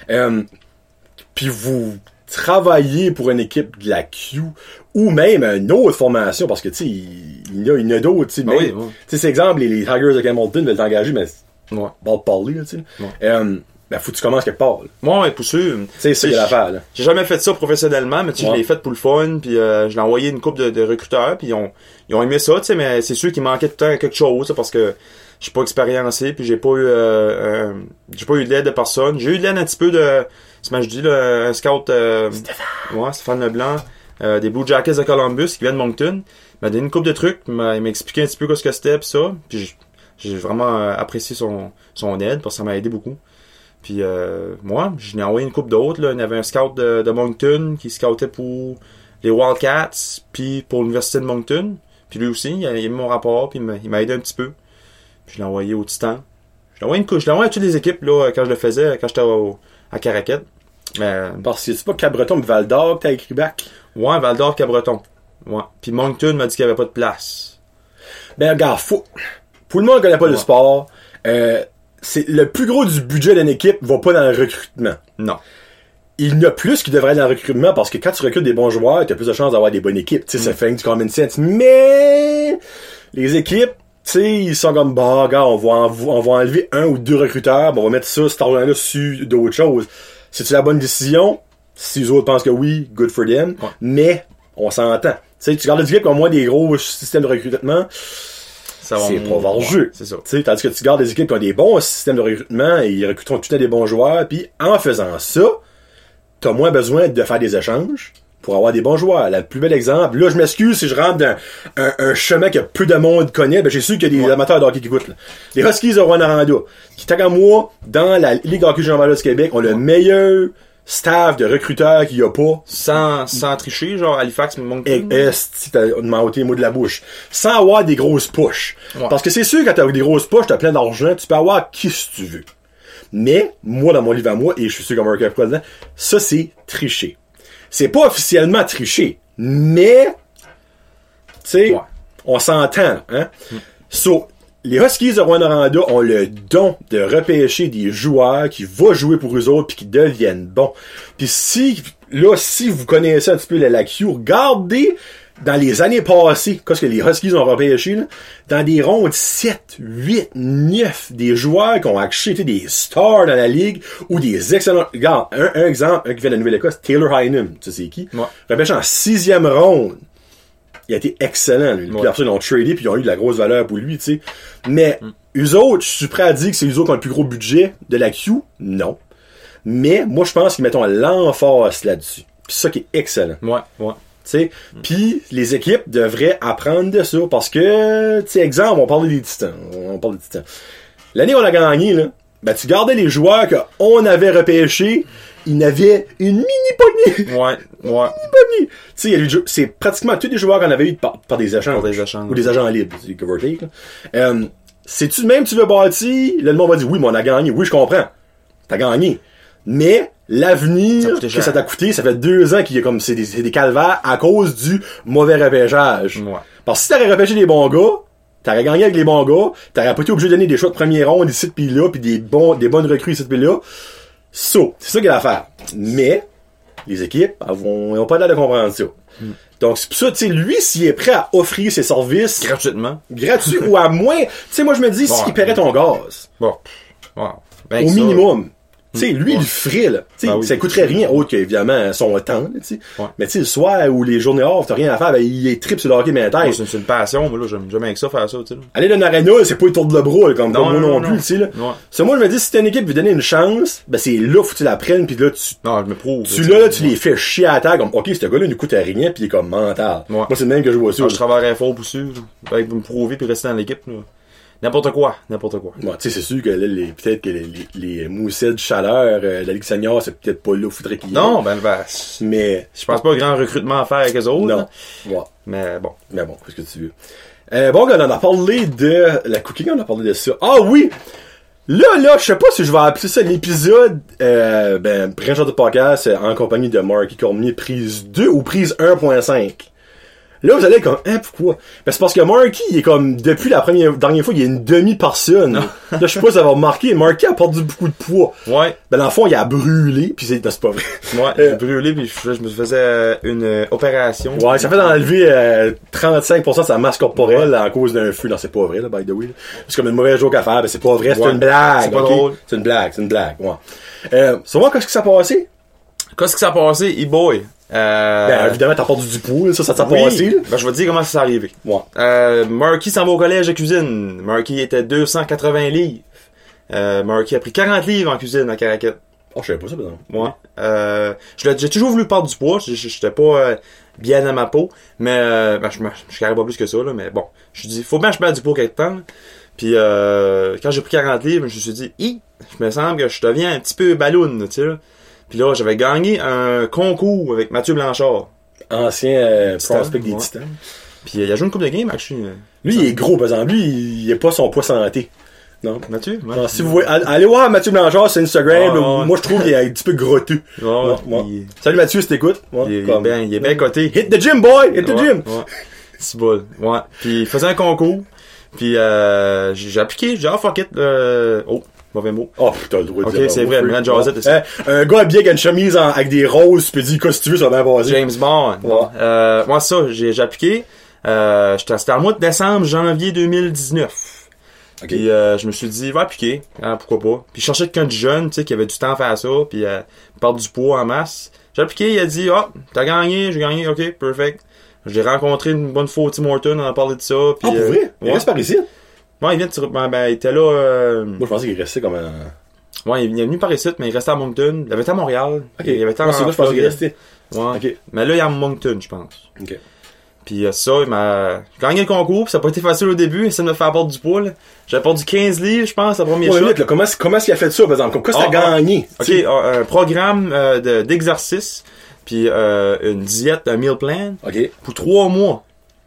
puis vous travaillez pour une équipe de la Q ou même une autre formation, parce que tu sais, il y en a d'autres, tu sais, tu sais, c'est exemple, les Tigers de Campbellton veulent t'engager, mais bon de parler, là, tu sais. Ben, faut que tu commences quelque part, là. Moi, ouais, pour sûr. C'est ça qu'il y a l'affaire, là. J'ai jamais fait ça professionnellement, mais tu sais, je l'ai fait pour le fun, puis je l'ai envoyé une couple de recruteurs, puis ils ont aimé ça, tu sais, mais c'est sûr qu'il manquait tout le temps quelque chose, parce que je suis pas expériencé, puis j'ai pas eu de l'aide de personne. J'ai eu de l'aide un petit peu de, je dis, là, un scout, Stéphane Leblanc, des Blue Jackets de Columbus, qui vient de Moncton. Il m'a donné une couple de trucs, il m'a expliqué un petit peu ce que c'était, pis ça, puis j'ai vraiment apprécié son aide, parce que ça m'a aidé beaucoup. Puis moi, je l'ai envoyé une couple d'autres. Là. Il y avait un scout de Moncton qui scoutait pour les Wildcats, puis pour l'Université de Moncton. Puis lui aussi, il a mis mon rapport, puis il m'a aidé un petit peu. Puis je l'ai envoyé au Titan. Je l'ai envoyé une couche. Je l'ai envoyé à toutes les équipes là, quand je le faisais, quand j'étais à Caraquette. Mais parce que c'est pas Cabreton mais Val d'Or que t'as écrit back. Ouais, Val d'Or, Cabreton. Ouais. Puis Moncton m'a dit qu'il n'y avait pas de place. Ben regarde, pour le monde qui connaît pas le sport, c'est le plus gros du budget d'une équipe va pas dans le recrutement. Non. Il y en a plus qui devrait aller dans le recrutement parce que quand tu recrutes des bons joueurs, tu as plus de chances d'avoir des bonnes équipes. Tu sais, ça fait du common sense. Mais les équipes, tu sais, ils sont comme bah, gars, on va enlever un ou deux recruteurs, on va mettre ça, cet argent-là sur d'autres choses. C'est-tu la bonne décision? Si les autres pensent que oui, good for them. Ouais. Mais on s'entend. Tu sais, tu gardes des équipes qui ont moins des gros systèmes de recrutement. C'est pas vengeux. C'est ça. T'sais, tandis que tu gardes des équipes qui ont des bons systèmes de recrutement et ils recruteront tout le temps des bons joueurs, puis en faisant ça, t'as moins besoin de faire des échanges pour avoir des bons joueurs. Le plus bel exemple, là je m'excuse si je rentre dans un chemin que peu de monde connaît, ben j'ai su qu'il y a des amateurs de hockey qui écoutent. Là. Les Huskies de Rwanda, qui tant qu'à moi, dans la Ligue hockey junior du Québec, ont le meilleur staff de recruteurs qu'il y a pas. Sans tricher, genre Halifax, Moncton. Si t'as ôté les mots de la bouche. Sans avoir des grosses push. Ouais. Parce que c'est sûr, quand t'as des grosses push, t'as plein d'argent, tu peux avoir qui tu veux. Mais, moi, dans mon livre à moi, et je suis sûr qu'on va regarder quoi dedans, ça, c'est tricher. C'est pas officiellement tricher. Mais, tu sais, on s'entend, hein. So, les Huskies de Rwanda ont le don de repêcher des joueurs qui vont jouer pour eux autres puis qui deviennent bons. Puis si vous connaissez un petit peu la Q, regardez dans les années passées, qu'est-ce que les Huskies ont repêché, là, dans des rondes 7, 8, 9, des joueurs qui ont acheté des stars dans la ligue ou des excellents... Regarde, un exemple, un qui vient de la Nouvelle-Écosse, Taylor Heinem, tu sais c'est qui? Ouais. Repêché en 6e ronde. Il a été excellent, lui. Puis après, ils l'ont tradé, puis ils ont eu de la grosse valeur pour lui, tu sais. Mais, eux autres, je suis prêt à dire que c'est eux autres qui ont le plus gros budget de la Q? Non. Mais, moi, je pense qu'ils mettent l'emphase là-dessus. Puis ça qui est excellent. Ouais. T'sais, puis les équipes devraient apprendre de ça parce que, tu sais, exemple, on parle des Titans. L'année où on a gagné, là, ben tu gardais les joueurs qu'on avait repêchés, ils n'avaient une mini poignée. Ouais. Tu sais, c'est pratiquement tous les joueurs qu'on avait eu par des échanges. Ou des agents libres, c'est give or take, là. C'est-tu même tu l'as bâti, là, le monde va dire oui, mais on a gagné. Oui, je comprends. T'as gagné. Mais l'avenir que ça t'a coûté, ça fait 2 ans qu'il y a comme c'est des calvaires à cause du mauvais repêchage. Ouais. Parce que si t'aurais repêché des bons gars, t'aurais gagné avec les bons gars, t'aurais pas été obligé de donner des choix de première ronde ici pis là, pis des bonnes recrues ici pis là. C'est ça qu'il y a à faire. Mais les équipes ils ont pas l'air de comprendre ça. Donc c'est pour ça, tu sais, lui, s'il est prêt à offrir ses services gratuit ou à moins, tu sais, moi je me dis s'il paierait ton gaz. Bon. Ben, au minimum. Tu sais, lui, il ferait, là. Tu sais, oui, ça coûterait rien, autre qu'évidemment son temps, tu sais. Ouais. Mais tu sais, le soir ou les journées off, t'as rien à faire, ben, il est trip sur le hockey mental. C'est une passion, moi, là, j'aime bien que ça, faire ça, tu sais. Aller dans une arena, c'est pas le tour de le bras, comme moi non plus, tu sais, là. Ouais. Ça, moi, je me dis, si t'as une équipe qui veut donner une chance, ben, c'est là, faut que tu la prennes, pis là, Non, je me prouve. tu les fais chier à terre, comme, ok, ce gars-là, il nous coûte rien, pis il est comme mental. Ouais. Moi, c'est le même que je vois ça. Je travaillerais fort pour ça, avec me prouver puis rester dans l'équipe, là. N'importe quoi. Ouais, tu sais, c'est sûr que là, peut-être que les moussets de chaleur de la Ligue senior, c'est peut-être pas là où faudrait qu'il y ait. Non, mais je pense pas grand recrutement à faire avec eux autres. Non. Là. Ouais. Mais bon, qu'est-ce que tu veux? Bon, on a parlé de la cookie, on a parlé de ça. Ah oui! Là, je sais pas si je vais appeler ça l'épisode, Prince de podcast en compagnie de Marky Cormier, prise 2 ou prise 1.5. Là, vous allez être comme, pourquoi? Ben, c'est parce que Marky, il est comme, depuis la dernière fois, il y a une demi-personne. Là, je sais pas si ça va remarquer, Marky a perdu beaucoup de poids. Ouais. Ben, dans le fond, il a brûlé, pis c'est pas vrai. Ouais, il a brûlé, pis je me faisais une opération. Ouais, ça fait d'enlever 35% de sa masse corporelle à cause d'un feu. Non, c'est pas vrai, là, by the way. Là. C'est comme une mauvaise joke à faire, ben, c'est pas vrai, c'est une blague. C'est pas drôle. C'est une blague, ouais. Souvent, qu'est-ce qui s'est passé? Qu'est-ce qui s'est passé, e-boy? Ben, évidemment, t'as perdu du poids, ça s'est passé, là. Ben, je vais te dire comment ça s'est arrivé. Ouais. Marky s'en va au collège de cuisine. Marky était 280 livres. Marky a pris 40 livres en cuisine à Caraquette. Oh, je savais pas ça, par exemple. Ouais. J'ai toujours voulu perdre du poids. J'étais pas bien à ma peau. Mais, je carrais pas plus que ça, là. Mais bon. Je me suis dit, faut bien que je perde du poids quelque temps. Puis, quand j'ai pris 40 livres, je me suis dit, je me semble que je deviens un petit peu balloon, tu sais, là. Puis là, j'avais gagné un concours avec Mathieu Blanchard. Ancien prospect des Titans. Puis il a joué une couple de games, actually. Lui, il est gros, par exemple. Lui, il est pas son poids santé. Non. Mathieu? Ouais. Alors, si vous voulez, allez voir Mathieu Blanchard sur Instagram. Moi, je trouve qu'il est un petit peu grotteux. Salut Mathieu, si t'écoutes. Il est bien coté. Hit the gym, boy! Hit the gym! Ouais. C'est bon. Ouais. Puis il faisait un concours. Puis j'ai appliqué. J'ai dit, fuck it. Mauvais mot. Oh, putain, le droit de dire. Ok, c'est vrai, mais un gars habillé avec une chemise avec des roses, tu peux dire, qu'est-ce que tu veux, ça va bien passer. James Bond. Ouais. Moi, ça, j'ai appliqué. C'était en mois de décembre, janvier 2019. Okay. Puis je me suis dit, va appliquer. Pourquoi pas. Puis je cherchais quelqu'un de jeune, tu sais, qui avait du temps à faire ça, puis perdre du poids en masse. J'ai appliqué, il a dit, t'as gagné, j'ai gagné, ok, perfect. J'ai rencontré une bonne fois au Tim Horton, on a parlé de ça. Puis, pour vrai? Il reste par ici? Ouais, il vient il était là. Moi, je pensais qu'il restait comme un. Ouais, il est venu par ici, mais il restait à Moncton. Il avait été à Montréal. Ok. Il avait été c'est là, je pensais qu'il restait. Ouais. Ok. Mais là, il est à Moncton, je pense. Ok. Puis ça, il m'a gagné le concours, puis ça n'a pas été facile au début, essayer de me faire perdre du poids, là. J'avais perdu 15 livres, je pense, la première shot. Là, comment est-ce qu'il a fait ça, par exemple? Qu'est-ce que t'as gagné? Ok, un programme d'exercice, puis une diète, un meal plan. Ok. Pour 3 mois.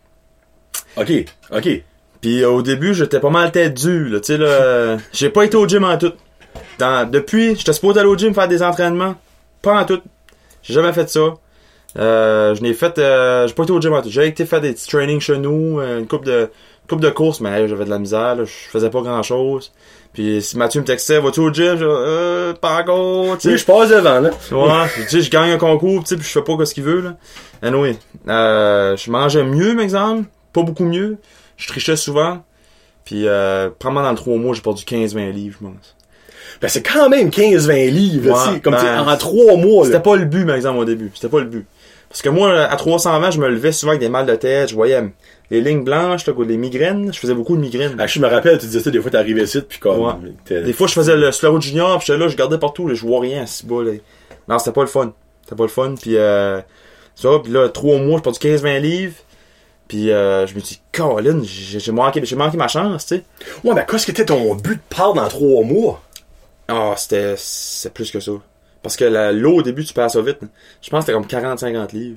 Ok. Puis au début, j'étais pas mal tête dure, là, tu sais, là. J'ai pas été au gym en tout. Depuis, j'étais supposé aller au gym faire des entraînements. Pas en tout. J'ai jamais fait ça. J'ai pas été au gym en tout. J'ai été faire des petits trainings chez nous, une couple de courses, mais j'avais de la misère, là. Je faisais pas grand chose. Puis si Mathieu me textait, vas-tu au gym? Pas encore, tu sais. Oui, je passe devant, là. Ouais, tu sais, je gagne un concours, tu sais, puis je fais pas ce qu'il veut, là. Anyway, je mangeais mieux, par exemple. Pas beaucoup mieux. Je trichais souvent. Puis, probablement dans le 3 mois, j'ai perdu 15-20 livres, je pense. Ben, c'est quand même 15-20 livres, ouais, comme en 3 mois, là. C'était pas le but, par exemple, au début. C'était pas le but. Parce que moi, à 320, je me levais souvent avec des mal de tête, je voyais les lignes blanches, là, les migraines, je faisais beaucoup de migraines. Je me rappelle, tu disais ça, des fois t'arrivais ici, puis comme... Ouais. Des fois, je faisais le slow junior, puis j'étais là, je regardais partout, là, je vois rien, c'est bas, là. Non, c'était pas le fun. Puis ça, puis là, 3 mois, j'ai perdu 15-20 livres. Puis je me dis, Colin, j'ai manqué ma chance, tu sais. Ouais, mais qu'est-ce que était ton but de perdre dans 3 mois? Ah, c'est plus que ça. Parce que l'eau, au début, tu perds ça vite. Je pense que c'était comme 40-50 livres.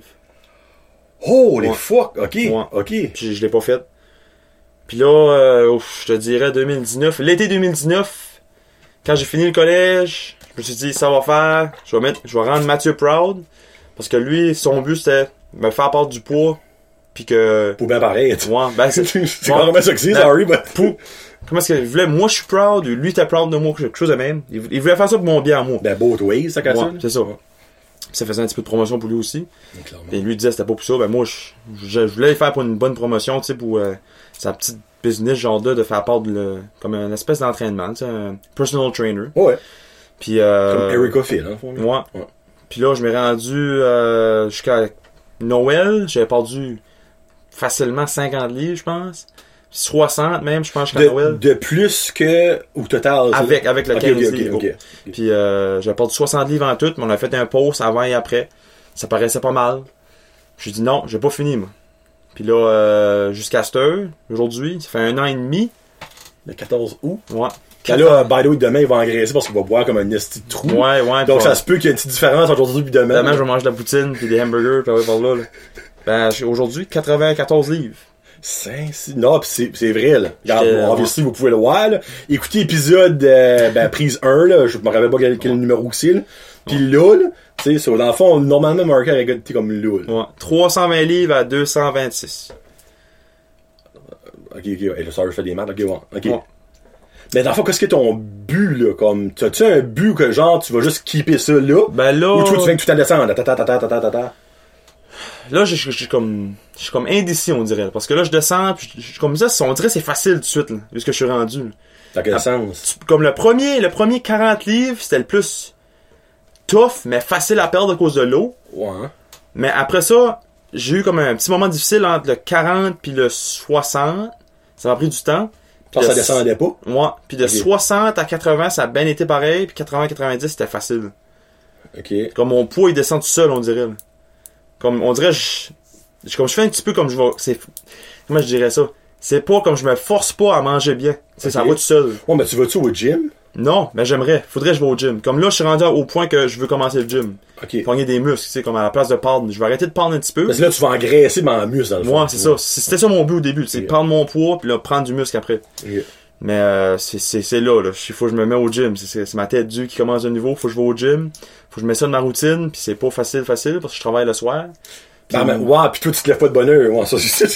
Oh, les fuck! Ok, ouais. ok. Puis je l'ai pas fait. Puis là, je te dirais 2019. L'été 2019, quand j'ai fini le collège, je me suis dit, ça va faire. Je vais rendre Mathieu proud. Parce que lui, son but, c'était me faire perdre du poids. Puis que... Pour bien paraître. Ouais, ben c'est carrément ça que c'est, sorry, mais... Comment est-ce qu'il voulait? Moi, je suis proud. Lui, t'es proud de moi. Quelque chose de même. Il voulait faire ça pour mon bien à moi. Ben, both ways, ça casse ça. C'est ça. Ouais. Ça faisait un petit peu de promotion pour lui aussi. Clairement. Et lui disait c'était pas pour ça. Ben, moi, je voulais le faire pour une bonne promotion, tu sais, pour sa petite business, genre de faire part comme une espèce d'entraînement, tu sais, un personal trainer. Ouais. Puis, comme Erica Phil, hein, ouais. Puis là, je m'ai rendu jusqu'à Noël. J'avais perdu facilement 50 livres, je pense. 60 même, je pense, jusqu'à Noël. De plus que au total. Avec le 15 livres. Okay. Puis j'avais perdu 60 livres en tout, mais on a fait un post avant et après. Ça paraissait pas mal. J'ai dit non, j'ai pas fini, moi. Puis là, jusqu'à cette heure, aujourd'hui, ça fait 1 an et demi. Le 14 août. Ouais. Quand là, by the way, demain, il va engraisser parce qu'il va boire comme un esti de trou. Ouais. Donc ça se peut qu'il y ait une petite différence entre aujourd'hui et demain. Demain, je vais manger de la poutine puis des hamburgers puis par là. Ben, aujourd'hui, 94 livres. Non, pis c'est vrai, là. Regarde, obviously, vous pouvez le voir, là. Écoutez l'épisode, prise 1, là. Je me rappelle pas quel numéro c'est, là. Pis là, tu sais, dans le fond, normalement, Marker aurait été comme là. Ouais. 320 livres à 226. Ok. Et là, ça, je fais des maths. Ok. Ouais. Mais dans le fond, qu'est-ce que ton but, là? Comme, t'as-tu un but que genre, tu vas juste keeper ça là? Ben là. Ou tu viens que tout en descendre? Là, je suis comme indécis, on dirait. Parce que là, je descends, puis comme ça, on dirait que c'est facile tout de suite, là, vu ce que je suis rendu. Là. Dans quel sens? Comme le premier 40 livres, c'était le plus tough, mais facile à perdre à cause de l'eau. Ouais. Mais après ça, j'ai eu comme un petit moment difficile entre le 40 puis le 60. Ça m'a pris du temps. Ça descendait pas? Ouais. Puis de 60 à 80, ça a bien été pareil. Puis 80-90, c'était facile. Ok. Comme mon poids, il descend tout seul, on dirait. Là. Comme, on dirait, comme je fais un petit peu comme je vais, comment je dirais ça? C'est pas comme je me force pas à manger bien. Okay. Ça va tout seul. Ouais, mais tu vas-tu au gym? Non, mais j'aimerais. Faudrait que je vais au gym. Comme là, je suis rendu au point que je veux commencer le gym. Ok. Pogner des muscles, tu sais, comme à la place de perdre. Je vais arrêter de perdre un petit peu. Parce que là, tu vas engraisser en muscle, dans le fond. Moi, c'est ça. C'était ça mon but au début, c'est prendre mon poids puis là, prendre du muscle après. Okay. Mais c'est là. Faut que je me mets au gym. C'est ma tête due qui commence de nouveau. Faut que je vais au gym. Faut que je mette ça de ma routine. Puis c'est pas facile parce que je travaille le soir. Pis puis toi, tu te lèves pas de bonne heure. Ouais, ça, c'est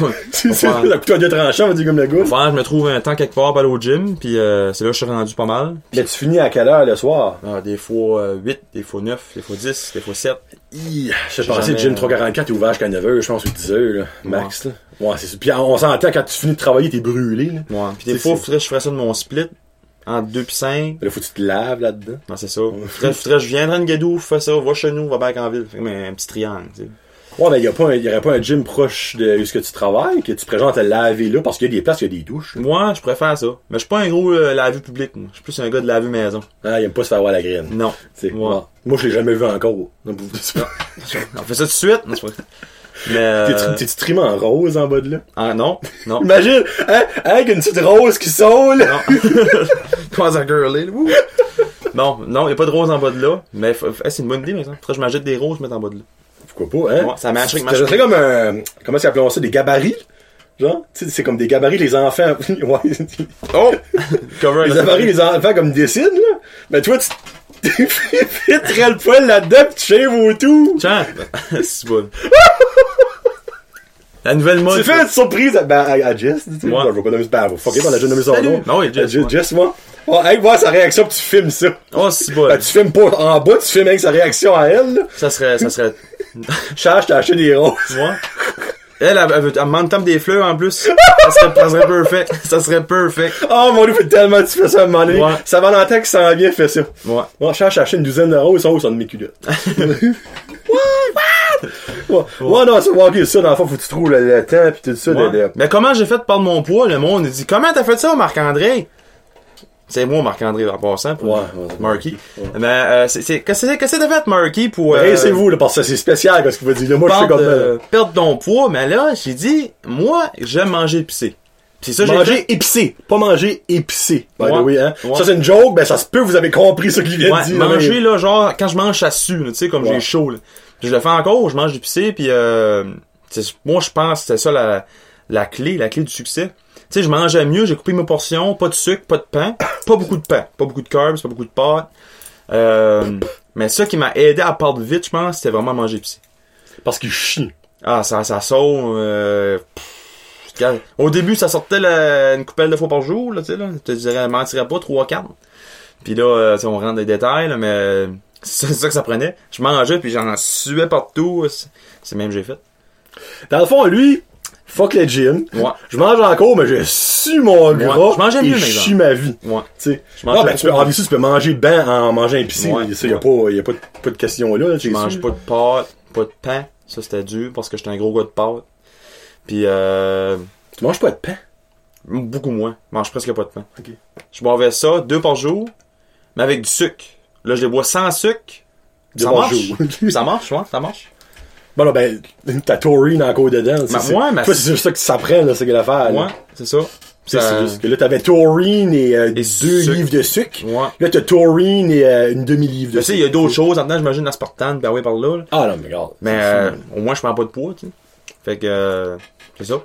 la couteau de tranchant, on va dire comme le gars. Je me trouve un temps quelque part pour aller au gym. Puis c'est là que je suis rendu pas mal. Mais tu finis à quelle heure le soir? Des fois 8, des fois 9, des fois 10, des fois 7. Je pensais que le gym 344 est ouvert jusqu'à 9h, je pense, ou 10h, là, max. Là. Ouais, c'est ça. Puis on s'entend, quand tu finis de travailler, t'es brûlé. Là. Ouais. Puis des fois, faudrait que je ferais ça de mon split. Entre 2 puis 5. Là, faut que tu te laves là-dedans. Non, c'est ça. Faudrait que je viendrais à Ngadou, fais ça, va chez nous, va back en ville. Fait un petit triangle, tu sais. Ouais, mais il y aurait pas un gym proche de ce que tu travailles, que tu présentes à te laver là, parce qu'il y a des places, il y a des douches. Moi, je préfère ça. Mais je suis pas un gros laveur public, moi. Je suis plus un gars de laver maison. Ah, il aime pas se faire voir la graine. Non. Ouais. Moi, je l'ai jamais vu encore. On fait ça tout de suite. Non, c'est pas... Mais T'es-tu trimé en rose en bas de là? Ah, non. Imagine, avec une petite rose qui saule! Non. Comment ça girly, là? Non, y a pas de rose en bas de là. Mais c'est une bonne idée, par exemple. Faudrait que je m'achète des roses, mettre en bas de là. Pourquoi pas, hein? Ouais, ça match avec ma ça serait comme comment ça appelons ça? Des gabarits? Genre? Tu sais, c'est comme des gabarits, les enfants. Ouais. Oh! Les gabarits, les enfants comme dessinent, là. Mais toi, tu fitterais le poil là-dedans pis tu shaves au tout. Tiens! C'est bon. La nouvelle mode. Tu fais une surprise à Jess, tu sais. Ouais. Je vais pas nommer ce fuck it, on a déjà nommé son nom. Non, oui, Jess. Jess, moi. Ouais, avec voir sa réaction pis tu filmes ça. Oh, c'est bon. Tu filmes pas en bas, tu filmes avec sa réaction à elle, là. Ça serait... Charge, t'as acheté des roses. Ouais. Elle me demande des fleurs en plus. Ça serait perfect. Oh mon dieu, fait tellement tu fais ça à un moment donné. Ouais. Ça Valentin qui s'en vient, fait ça. Ouais. Bon, Charge, t'as acheté une douzaine de roses, ça, sur de mes culottes. Ouais, non, c'est ok, ça, dans le fond, faut que tu trouves le temps pis tout ça. Ouais. Mais comment j'ai fait de perdre mon poids? Le monde, il dit, comment t'as fait ça, Marc-André? C'est moi, Marc-André, en passant, pour Marky. Ouais. Mais, qu'est-ce que t'as fait, Marky, pour... c'est vous, là, parce que c'est spécial, qu'est-ce qu'il va dire. Là, moi, je fais comme... perdre ton poids, mais là, j'ai dit, moi, j'aime manger épicé. C'est ça, manger épicé, pas manger épicé. Ouais. Hein. Ouais. Ça, c'est une joke, ben, ça se peut, vous avez compris ce qu'il vient de dire. Manger, là, genre, quand je mange, ça sue, tu sais, comme j'ai chaud, là. Je le fais encore, je mange épicé, puis moi, je pense que c'était ça la clé du succès. Tu sais, je mangeais mieux, j'ai coupé mes portions, pas de sucre, pas de pain, pas beaucoup de pain, pas beaucoup de carbs, pas beaucoup de pâtes. Mais ça qui m'a aidé à perdre vite, je pense, c'était vraiment manger épicé. Parce qu'il chie. Ah, ça sort, au début, ça sortait une coupelle de fois par jour, là, tu sais, là. Je te dirais, mentirais pas, 3-4. Puis là, on rentre dans les détails, là, mais c'est ça que ça prenait. Je mangeais, puis j'en suais partout. C'est même que j'ai fait. Dans le fond, lui, fuck le gym. Ouais. Je mange encore, mais je sue mon gras. Ouais. Je mangeais mieux, et je chie ma vie. Ouais. Tu sais. Non, ben, tu peux manger ben en mangeant épicé. Ouais. Ça, y a pas de question là. Je mange pas de pâtes, pas de pain. Ça, c'était dur, parce que j'étais un gros gars de pâtes. Puis, tu manges pas de pain? Beaucoup moins. Je mange presque pas de pain. Ok. Je boivais ça 2 par jour, mais avec du sucre. Là, je les bois sans sucre. Ça marche. Ça marche, ouais, ça marche. Bon, là, ben, t'as taurine encore dedans. Mais toi, c'est ça que ça prend, là, c'est que l'affaire. Ouais, c'est ça. C'est juste que là, t'avais taurine et 2 livres de sucre. Ouais. Là, t'as taurine et une demi-livre de sucre. Tu sais, il y a d'autres choses. Maintenant, j'imagine l'aspartame, ben oui, par là. Ah, non, mais regarde. Mais, au moins, je prends pas de poids, tu sais. Fait que, c'est ça.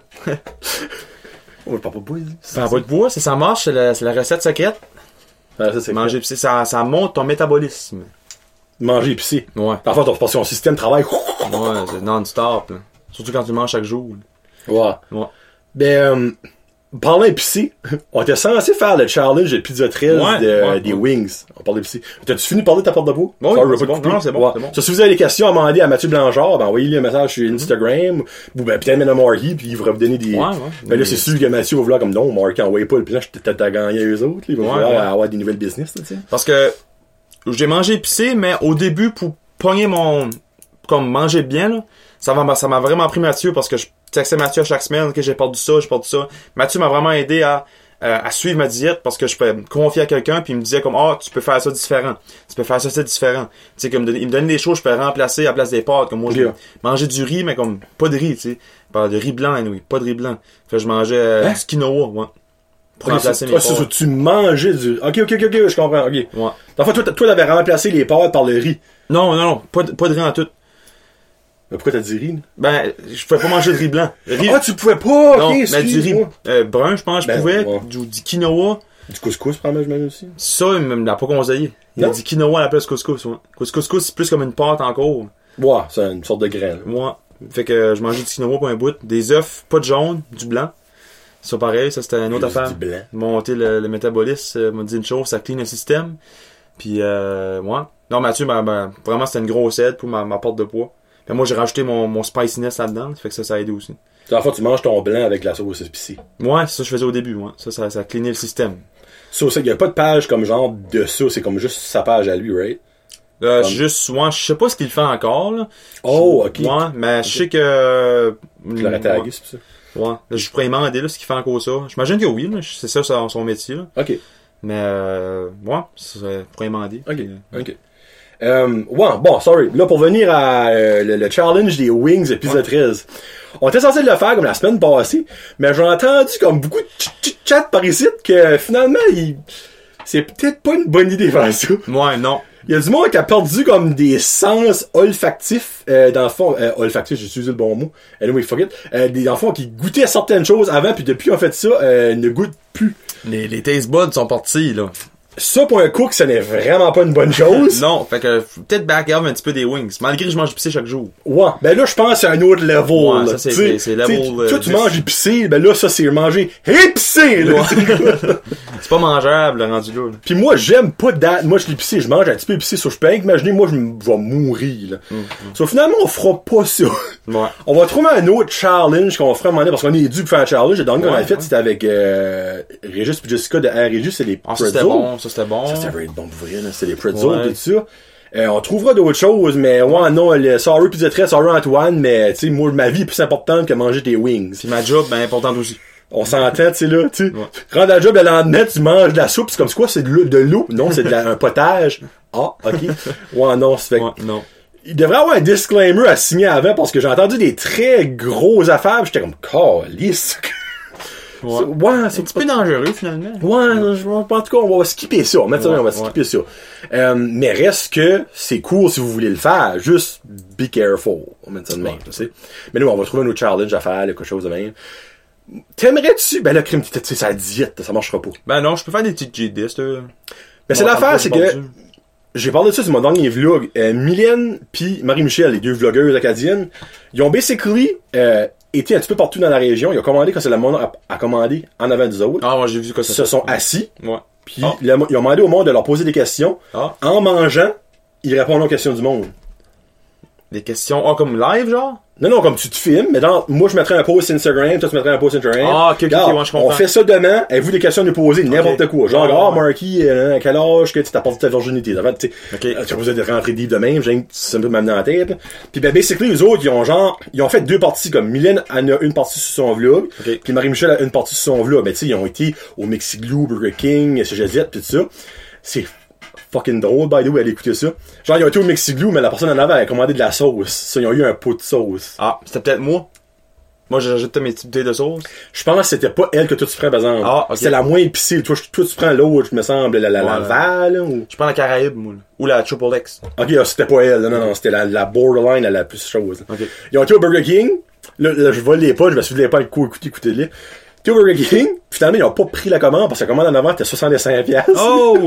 On prend pas de poids, ça prend pas de poids, ça marche, c'est la recette secrète. Ah, ça, c'est manger épicé, ça monte ton métabolisme. Manger épicé. Ouais. Parfois, ton système travaille. Ouais, c'est non-stop, là. Surtout quand tu manges chaque jour. Là. Ouais. Ben, parlant épicé, on était censé faire le challenge de Pizza 13 des Wings. On parlait épicé. T'as-tu fini de parler de ta porte de peau? Oui, c'est bon. Non, c'est bon. Ouais. Ça, si vous avez des questions à demander à Mathieu Blanchard, ben, envoyez-lui un message sur Instagram, ou ben, peut-être même à Marky, puis il va vous donner des... Ben là, c'est sûr que Mathieu va vouloir comme non, Marky, envoyez pas le plan, t'as gagné eux autres, il va vouloir avoir des nouvelles business, tu sais. Parce que, j'ai mangé épicé, mais au début, pour pogner comme manger bien, là, ça m'a vraiment pris Mathieu, parce que je textais Mathieu à chaque semaine, que j'ai perdu ça. Mathieu m'a vraiment aidé à suivre ma diète, parce que je peux me confier à quelqu'un, puis il me disait comme, tu peux faire ça différent. Tu peux faire ça, c'est différent. Tu sais, comme, il me donnait des choses, je peux remplacer à la place des pâtes, comme moi, je mangeais du riz, mais comme, pas de riz, tu sais. Pas de riz blanc, oui, pas de riz blanc. Fait que je mangeais du quinoa, ouais. Pour remplacer mes pâtes. Tu mangeais du... Ok, je comprends, ok. Ouais. Enfin, toi, t'avais remplacé les pâtes par le riz. Non, pas de riz en tout. Mais pourquoi t'as dit riz? Ben, je pouvais pas manger de riz blanc. Tu pouvais pas? Non, ok, mais du riz brun, je pense, je pouvais. Ouais. Du quinoa. Du couscous, probablement, aussi. Ça, il me l'a pas conseillé. Il a dit quinoa à la place de couscous, ouais. Couscous, c'est plus comme une pâte encore. Ouais, c'est une sorte de grain. Moi. Fait que je mangeais du quinoa pour un bout. Des œufs, pas de jaune, du blanc. Ça, pareil, ça, c'était une autre affaire. Du blanc. Monter le métabolisme, m'a dit une chose, ça clean le système. Puis, moi. Non, Mathieu, vraiment, c'était une grosse aide pour ma perte de poids. Puis moi, j'ai rajouté mon spiciness là-dedans. Fait que ça a aidé aussi. En fait, tu manges ton blanc avec la sauce épicée. Ouais, c'est ça que je faisais au début, ouais. Ça a cleané le système. Ça, il y a pas de page comme genre de ça, c'est comme juste sa page à lui, right? Juste, ouais, je sais pas ce qu'il fait encore, là. Oh, ok. Ouais, mais je sais que... Je l'aurais tagué, c'est ça. Ouais. Là, je pourrais demander, là, ce qu'il fait encore ça. J'imagine que oui, là. C'est ça, son métier, là. Ok. Mais, ouais, je pourrais demander. Ok. Bon, sorry. Là, pour venir à le challenge des Wings épisode 13. On était censé le faire comme la semaine passée, mais j'ai entendu comme beaucoup de chat par ici que finalement, c'est peut-être pas une bonne idée de faire ça. Ouais, non. Il y a du monde qui a perdu comme des sens olfactifs, dans le fond, olfactifs, j'ai utilisé le bon mot. Anyway, fuck it. Dans le fond, qui goûtaient certaines choses avant, puis depuis on fait ça, ne goûtent plus. Les taste buds sont partis, là. Ça, pour un cook, ce n'est vraiment pas une bonne chose. Non, fait que peut-être back up un petit peu des wings. Malgré que je mange épicé chaque jour. Ouais, ben là, je pense que c'est un autre level. Ouais, là. Ça, c'est level... Toi, tu manges épicé, ben là, ça, c'est manger épicé, là. Ouais. C'est pas mangeable, le rendu là. Pis moi, j'aime pas moi, je l'épicé, je mange un petit peu épicé, je peux imaginer, moi, je vais mourir, là. So, finalement, on fera pas ça. Ouais. On va trouver un autre challenge qu'on fera à un moment donné, parce qu'on est dû pour faire un challenge. Le dernier qu'on a fait, c'était avec Régis et Jessica de R. Régis, c'est les pretzels. Ça, c'était bon. Ça, c'était vraiment bon pour vrai, là. C'est les pretzels et tout ça. On trouvera d'autres choses, mais ouais, non, sorry Pizza Très, sorry Antoine, mais tu sais, moi, ma vie est plus importante que manger des wings. Puis ma job, ben, importante aussi. On s'entend, tu sais, là, tu sais. Rends la job le lendemain, tu manges de la soupe, c'est comme quoi, c'est de l'eau. Non, c'est un potage. Ah, ok. Ouais, non, c'est fait. Ouais, non. Il devrait avoir un disclaimer à signer avant parce que j'ai entendu des très grosses affaires pis j'étais comme, calice. Ouais. C'est un petit peu dangereux, finalement. Ouais, en tout cas, on va skipper ça. On va skipper ça. Mais reste que c'est cool si vous voulez le faire. Juste be careful. On met ça de même, tu sais. Mais nous, on va trouver un autre challenge à faire, quelque chose de même. T'aimerais-tu? Ben là, crime, tu sais, ça diète, ça marchera pas. Ben non, je peux faire des petites GDS, là. Ben c'est l'affaire, c'est que j'ai parlé de ça sur mon dernier vlog. Mylène pis Marie-Michel, les deux vlogueuses acadiennes, ils ont basically été un petit peu partout dans la région. Ils ont commandé quand c'est le monde a commandé en avant des autres. Ah, moi j'ai vu quoi ça. Ils se sont assis. Ouais. Puis ils ont demandé au monde de leur poser des questions. En mangeant, ils répondent aux questions du monde. Des questions, comme live, genre? Non, comme tu te filmes, mais moi je mettrais un post Instagram, toi tu mettrais un post Instagram. Ok, moi je comprends. On fait ça demain, avez-vous des questions à nous poser, n'importe quoi. Genre, Marky, à quel âge que tu t'as perdu ta virginité? Tu as besoin de rentrer deep de même, ça me m'amener en tête. Puis ben, basically, les autres, ils ont fait deux parties, comme Mylène en a une partie sur son vlog, puis Marie-Michel a une partie sur son vlog. Ben tu sais, ils ont été au Mexiglou, Burger King, CGZ, pis tout ça. C'est fucking drôle, by the way, aller écouter ça. Genre, ils ont été au Mexiglou, mais la personne en avait commandé de la sauce. Ça, ils ont eu un pot de sauce. Ah, c'était peut-être moi. Moi, j'ajoute mes petites bouteilles de sauce. Je pense que c'était pas elle que toi tu prends, par exemple. Ah, ok. C'était la moins épicée. Toi, tu prends l'autre, me semble, la Val, ou... Je prends la Caraïbe, moi. Ou la Triple X. Ok, c'était pas elle. Non, c'était la borderline, la plus chose. Okay. Ils ont été au Burger King. Là, je vole les pas, je me souviens pas le coup, écoutez-les. Ils ont été au Burger King. Finalement, ils ont pas pris la commande parce que la commande en avant était 65$. Oh!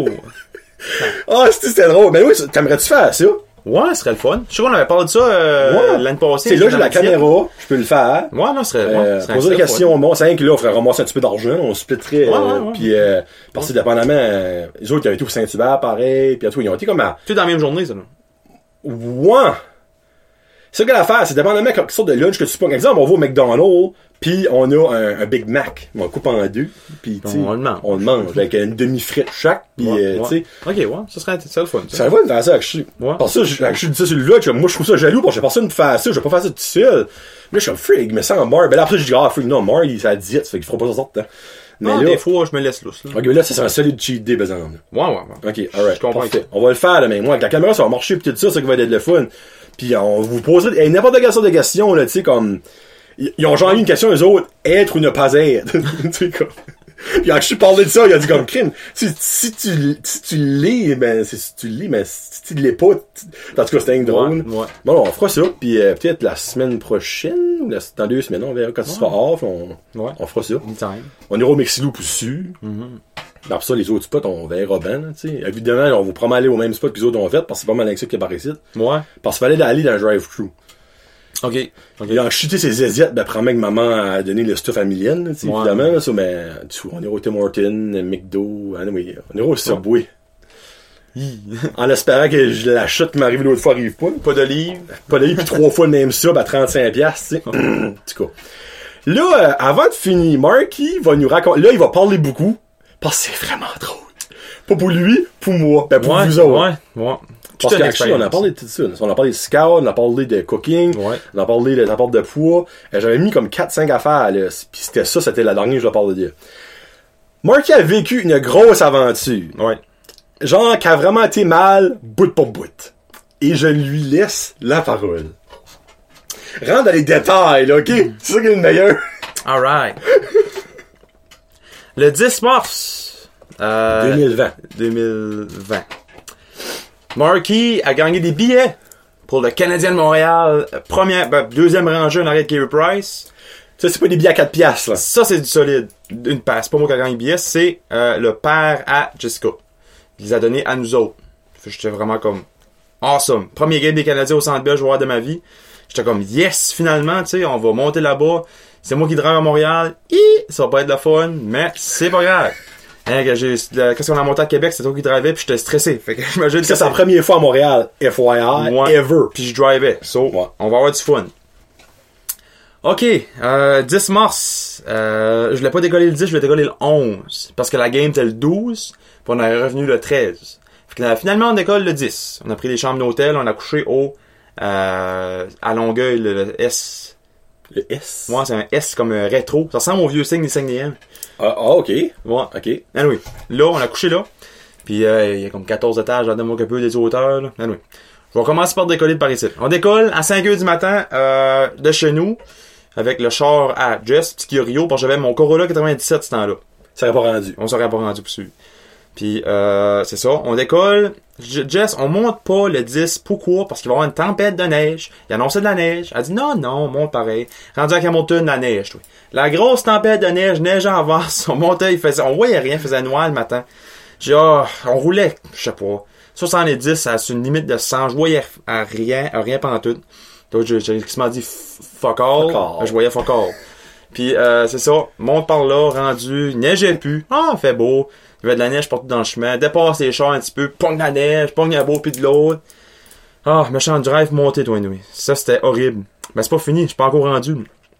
C'était drôle. Mais oui, t'aimerais-tu faire ça? Ouais, ce serait le fun. Je sais qu'on avait parlé de ça l'année passée. C'est là, j'ai la caméra, je peux le faire. Ouais, non, ce serait poser des questions, bon, c'est rien que là, on ferait ramasser un petit peu d'argent, on splitterait, puis parce que dépendamment, les autres, ils avaient été au Saint-Hubert, pareil, puis à tout, ils ont été comme à... Tout dans la même journée, ça, là. Ouais! C'est ça que l'affaire, c'est dépendamment quelle sorte de lunch que tu prends. Par exemple, on va au McDonald's, puis on a un Big Mac. On coupe en deux, puis on le mange. Avec une demi-frite chaque, puis tu sais. Ok, ouais, ça serait le fun. Ça serait fun de faire ça, je suis. Parce que je dis ça sur le vlog, moi je trouve ça jaloux, parce que j'ai personne de faire ça, je vais pas faire ça tout seul. Là, je suis comme frig, mais sans Mar. Ben là, après, je dis, frig, non, Mar, il s'est diète, ça fait qu'il fera pas ça sorte, hein. Mais là, des fois, je me laisse lousse, là. Ok, mais là, ça c'est un solide cheat day, par exemple. Ouais. Ok, alright. Je comprends. Parfait. On va le faire, là, mais moi, avec la caméra, ça va marcher, pis tout ça, c'est qui va être le fun. Puis on vous poserait n'importe quelle sorte de question, là, tu sais, comme... Ils ont genre eu une question, eux autres, être ou ne pas être. Tu sais, comme... Puis quand je suis parlé de ça, il a dit comme crime. Si tu lis, ben, si tu l'es pas, en tout cas, c'était drôle. Ouais. Bon, on fera ça, puis peut-être la semaine prochaine, ou dans 2 semaines, on verra quand tu seras off, on fera ça. Anytime. On ira au Mexiglou pour sûr. Après ça, les autres spots, on verra bien, tu sais. Évidemment, on vous promet aller au même spot que les autres ont fait, parce que c'est pas mal avec ça qui est par ici. Ouais. Parce qu'il fallait aller dans un drive-thru. Ok. Il a chuté ses asiates, ben, probablement que maman a donné le stuff à Mylène, évidemment, là, ça, mais, on ira au Tim Hortons, McDo, anyway, on ira au Subway. En espérant que la chute qui m'est arrivée l'autre fois arrive pas. Pas d'olive. Puis 3 fois le même sub à 35$, tu sais. En tout cas. Là, avant de finir, Marky va nous raconter, là, il va parler beaucoup, parce que c'est vraiment drôle. Pas pour lui, pour moi, ben pour vous autres. Ouais. Parce qu'actually, on a parlé de tout ça. On a parlé de scout, on a parlé de cooking, on a parlé de rapport de poids. J'avais mis comme 4-5 affaires, là. Puis c'était la dernière que je parlais de. Marky a vécu une grosse aventure. Ouais. Genre, qui a vraiment été mal, bout pour bout. Et je lui laisse la parole. Rentre dans les détails, là, ok? C'est ça qui est le meilleur. Alright. Le 10 mars. 2020. Marky a gagné des billets pour le Canadien de Montréal. Deuxième rangée en arrière de Carey Price. Ça, c'est pas des billets à 4$, là. Ça, c'est du solide. Une passe. C'est pas moi qui a gagné le billet, c'est le père à Jessica. Il les a donnés à nous autres. J'étais vraiment comme awesome. Premier game des Canadiens au Centre Bell, joueur de ma vie. J'étais comme yes, finalement, tu sais, on va monter là-bas. C'est moi qui drive à Montréal. Ça va pas être de la fun, mais c'est pas grave. Qu'est-ce qu'on a monté à Québec, c'est toi qui drivais, puis j'étais stressé. Fait que j'imagine que c'est la première fois à Montréal, FYI, ever. Puis je drivais. So, on va avoir du fun. OK, 10 mars. Je voulais pas décoller le 10, je voulais décoller le 11. Parce que la game était le 12, puis on est revenu le 13. Fait que, finalement, on décolle le 10. On a pris les chambres d'hôtel, on a couché à Longueuil, le S. Le S? Ouais, c'est un S comme rétro. Ça ressemble au vieux signe des Saguenayens. Ok. Ouais. Ok. Anyway, là, on a couché là. Puis, il y a comme 14 étages, là, de moi que peu des hauteurs, là. Anyway. Je vais commencer par décoller de par ici. On décolle à 5h du matin, de chez nous, avec le char à Jess, petit Kia Rio, parce que j'avais mon Corolla 97 ce temps-là. Ça n'aurait pas rendu. On serait pas rendu pour suivre. Puis, c'est ça, on décolle. Jess, on monte pas le 10. Pourquoi? Parce qu'il va y avoir une tempête de neige. Il annonçait de la neige. Elle dit non, on monte pareil. Rendu à Hamilton, la neige, toi. La grosse tempête de neige, neige en vase. On montait, on voyait rien, il faisait noir le matin. J'ai on roulait, je sais pas. 70, ça c'est une limite de 100. Je voyais rien pendant tout. Donc, j'ai quasiment dit fuck all. Je voyais fuck all. Puis, c'est ça. Monte par là, rendu. Il neigeait plus. Fait beau. Il y avait de la neige partout dans le chemin. Dépasse les chars un petit peu. Pogne la neige. Pogne la beau puis de l'autre. Méchant drive monté, toi, oui. Ça, c'était horrible. Mais c'est pas fini. Je suis pas encore rendu.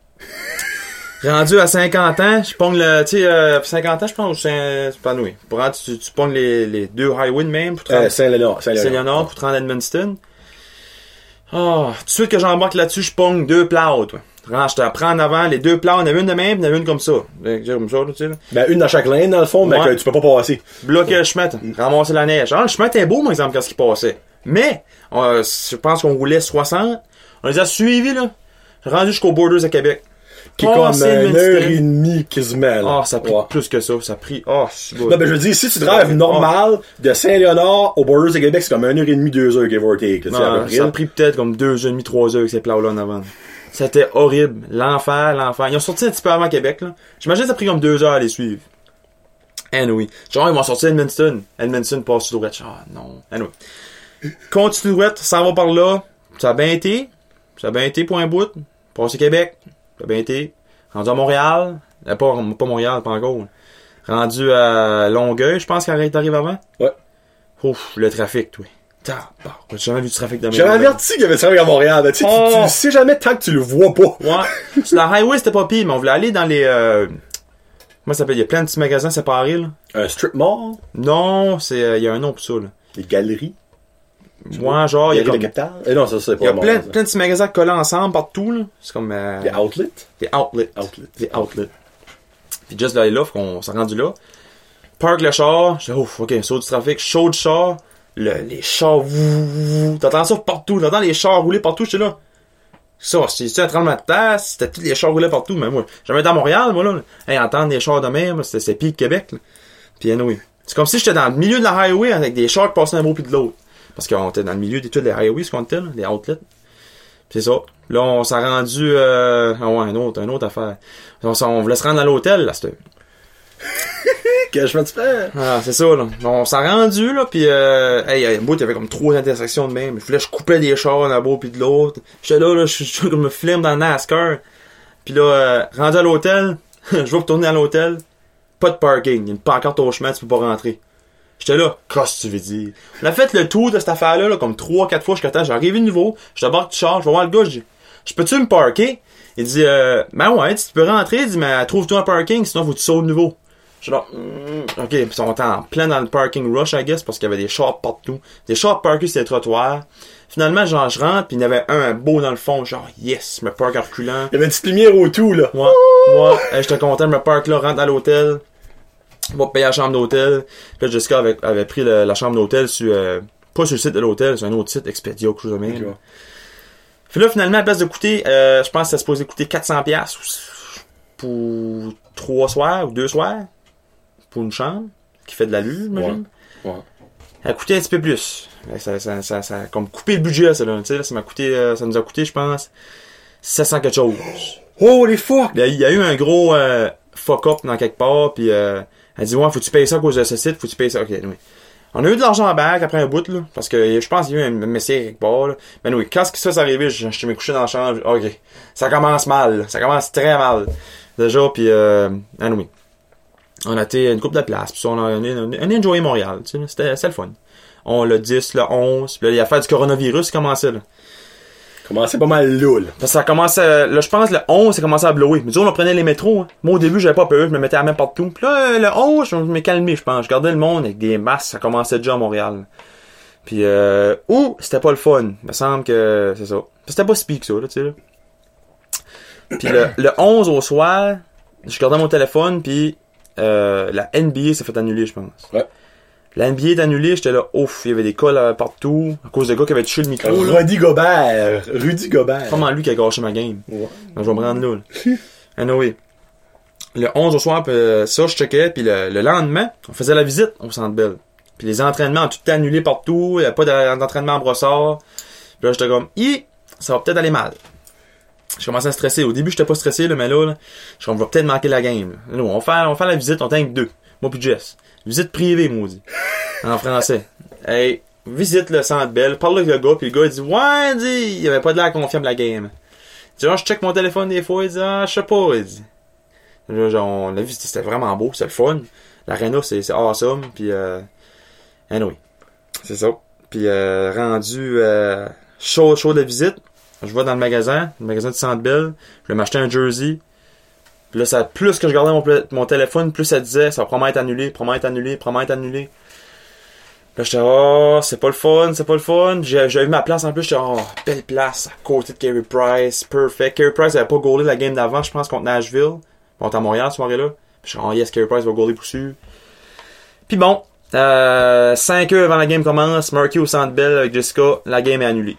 Rendu à 50 ans, je pogne le, 50 ans, je pense, c'est pas nous. Pour rendre, tu pognes les deux highways même, pour Saint-Léonard, pour te rendre à Edmundston. Tout de suite que j'embarque là-dessus, je pogne 2 plows, toi. Je te prends en avant, les 2 plows, il y en a une de même, il y en a une comme ça. Comme ça, tu sais, là. Ben, une dans chaque ligne, dans le fond, mais que tu peux pas passer. Bloquer le chemin, ramasser la neige. Le chemin était beau, par exemple, quand ce qui passait. Mais, je pense qu'on roulait 60. On les a suivis, là. Rendu jusqu'au Borders à Québec. Qui est comme 1h30 quasiment. Là. Ça a pris plus que ça. Ça a pris. C'est beau. Non, ben je veux dire, si tu drives normal de Saint-Léonard au Borders de Québec, c'est comme 1h30, 2h give or take. Ça a pris peut-être comme 2h30, 3h avec ces plats-là en avant. C'était horrible. L'enfer. Ils ont sorti un petit peu avant Québec, là. J'imagine que ça a pris comme 2 heures à les suivre. Anyway. Genre, ils vont sortir Edmundston. Edmundston passe sur droite. Non. Anyway. Continue droite, ça va par là. Ça a bien été. Point bout. Passer Québec. Ça a bien été. Rendu à Montréal. Pas Montréal, pas encore. Rendu à Longueuil, je pense qu'elle t'arrive avant. Ouais. Ouf, le trafic, toi. J'ai jamais vu du trafic de J'avais averti qu'il y avait du trafic à Montréal. Ben, tu le sais jamais tant que tu le vois pas. Ouais. Sur la highway, c'était pas pire, mais on voulait aller dans les... Comment ça s'appelle? Il y a plein de petits magasins séparés, là. Un strip mall? Non, il y a un nom pour ça, là. Les galeries? Ouais, genre, il y a comme... Non, ça, c'est pas il y a plein de petits magasins collés ensemble partout, là. C'est comme... Des outlets? Des outlets. Puis juste là, on s'est rendu là. Park le char. Je dis, ok, saut du trafic, chaud du char. Les chars, t'entends ça partout. T'entends les chars rouler partout, j'étais là. Ça, c'est un tremblement de terre, c'était tous les chars roulaient partout, mais moi, jamais dans Montréal, moi, là. Entendre des chars de mer, c'est pire que Québec, là. Puis, anyway. C'est comme si j'étais dans le milieu de la highway avec des chars qui passaient d'un bout puis de l'autre. Parce qu'on était dans le milieu de toutes les highways, ce qu'on était, là, les outlets. Puis c'est ça. Là, on s'est rendu, une autre affaire. On voulait se rendre à l'hôtel, là, c'était... Que je me fais? C'est ça, là. On s'est rendu, là, pis il y avait comme 3 intersections de même. Je coupais des chars d'un bord pis de l'autre. J'étais là, je suis comme me film dans le NASCAR. Pis là, rendu à l'hôtel, je vais retourner à l'hôtel. Pas de parking. Il y a une pancarte au chemin, tu peux pas rentrer. J'étais là, qu'est-ce que tu veux dire? On a fait le tour de cette affaire-là, là, comme 3-4 fois jusqu'à temps. J'arrive de nouveau, je débarque du char, je vais voir le gars, je dis, je peux-tu me parker? Il dit, ben ouais, tu peux rentrer, il dit, mais trouve-toi un parking, sinon faut que tu sautes de nouveau. Je suis là, ok, pis on était en plein dans le parking rush, I guess, parce qu'il y avait des chars partout. Des chars parkés sur les trottoirs. Finalement, genre, je rentre, pis il y en avait un beau dans le fond, genre, yes, je me park en reculant. Il y avait une petite lumière au tout, là. Ouais, j'étais content de me park là, rentre à l'hôtel. On va payer la chambre d'hôtel. Puis là, Jessica avait pris la chambre d'hôtel sur, pas sur le site de l'hôtel, sur un autre site, Expedia, quelque chose de même. Okay. Puis là, finalement, à la place de coûter, je pense que ça supposé coûter 400$ pour 3 soirs ou 2 soirs. Pour une chambre qui fait de l'allure, j'imagine. Ouais. Elle a coûté un petit peu plus. Ça a comme coupé le budget, ça, là. Tu sais, ça nous a coûté, je pense, 700 quelque chose. Holy fuck! Il y a eu un gros fuck-up dans quelque part, puis elle dit, ouais, faut-tu payer ça à cause de ce site? Faut-tu payer ça? Ok, oui. On a eu de l'argent en banque après un bout, là, parce que je pense qu'il y a eu un messier quelque part, là. Mais oui, quand ça s'est arrivé, je me couché dans la chambre, ok, ça commence mal, ça commence très mal. Déjà, puis oui. On a été une couple de places, puis on a enjoyé Montréal, tu sais, c'était le fun. On le 10, le 11, puis là, il y a fait du coronavirus qui commençait, là. Commençait pas mal là. Parce que ça commençait, là, je pense, le 11, ça commençait à blower. Mais disons, on prenait les métros, hein. Moi, au début, j'avais pas peur, je me mettais à la main partout. Puis là, le 11, je me calmais, je pense. Je gardais le monde avec des masses, ça commençait déjà à Montréal. Puis, c'était pas le fun. Il me semble que, c'est ça. C'était pas si pire que ça, là, tu sais, là. Puis le 11 au soir, je gardais mon téléphone, puis la NBA s'est fait annuler, je pense. Ouais. La NBA est annulée, j'étais là, ouf, il y avait des cas partout, à cause de gars qui avaient touché le micro. Rudy Gobert. C'est vraiment lui qui a gâché ma game. Ouais. Donc, je vais me rendre là. Anyway. Le 11 au soir, ça, je checkais, puis le lendemain, on faisait la visite au Centre Bell. Puis les entraînements ont tout été annulés partout, il n'y a pas d'entraînement en brossard. Puis là, j'étais comme, ça va peut-être aller mal. Je commençais à stresser. Au début, j'étais pas stressé, là, mais là, je vais peut-être manquer la game. Là, on va faire la visite, on était avec 2. Moi puis Jess. Visite privée, maudit. En français. Hey, visite le Centre Bell, parle avec le gars, puis le gars, il dit, ouais, il y avait pas de l'air confiant de la game. Tu vois, je check mon téléphone des fois, il dit, je sais pas, il dit. Là, genre, on l'a vu, c'était vraiment beau, c'est le fun. L'aréna, c'est awesome, puis anyway. C'est ça. Puis rendu chaud de visite, je vais dans le magasin du Centre Bell, je vais m'acheter un jersey. Puis là, plus que je gardais mon téléphone, plus ça disait, ça va probablement être annulé. Là, j'étais, c'est pas le fun. J'avais vu ma place en plus, j'étais, belle place, à côté de Carey Price, perfect. Carey Price avait pas goalé la game d'avant, je pense, contre Nashville. On était à Montréal, ce soirée-là. Puis j'étais, yes, Carey Price va goaler pour sûr. Puis bon, 5 heures avant la game commence, Murky au Centre Bell avec Jessica, la game est annulée.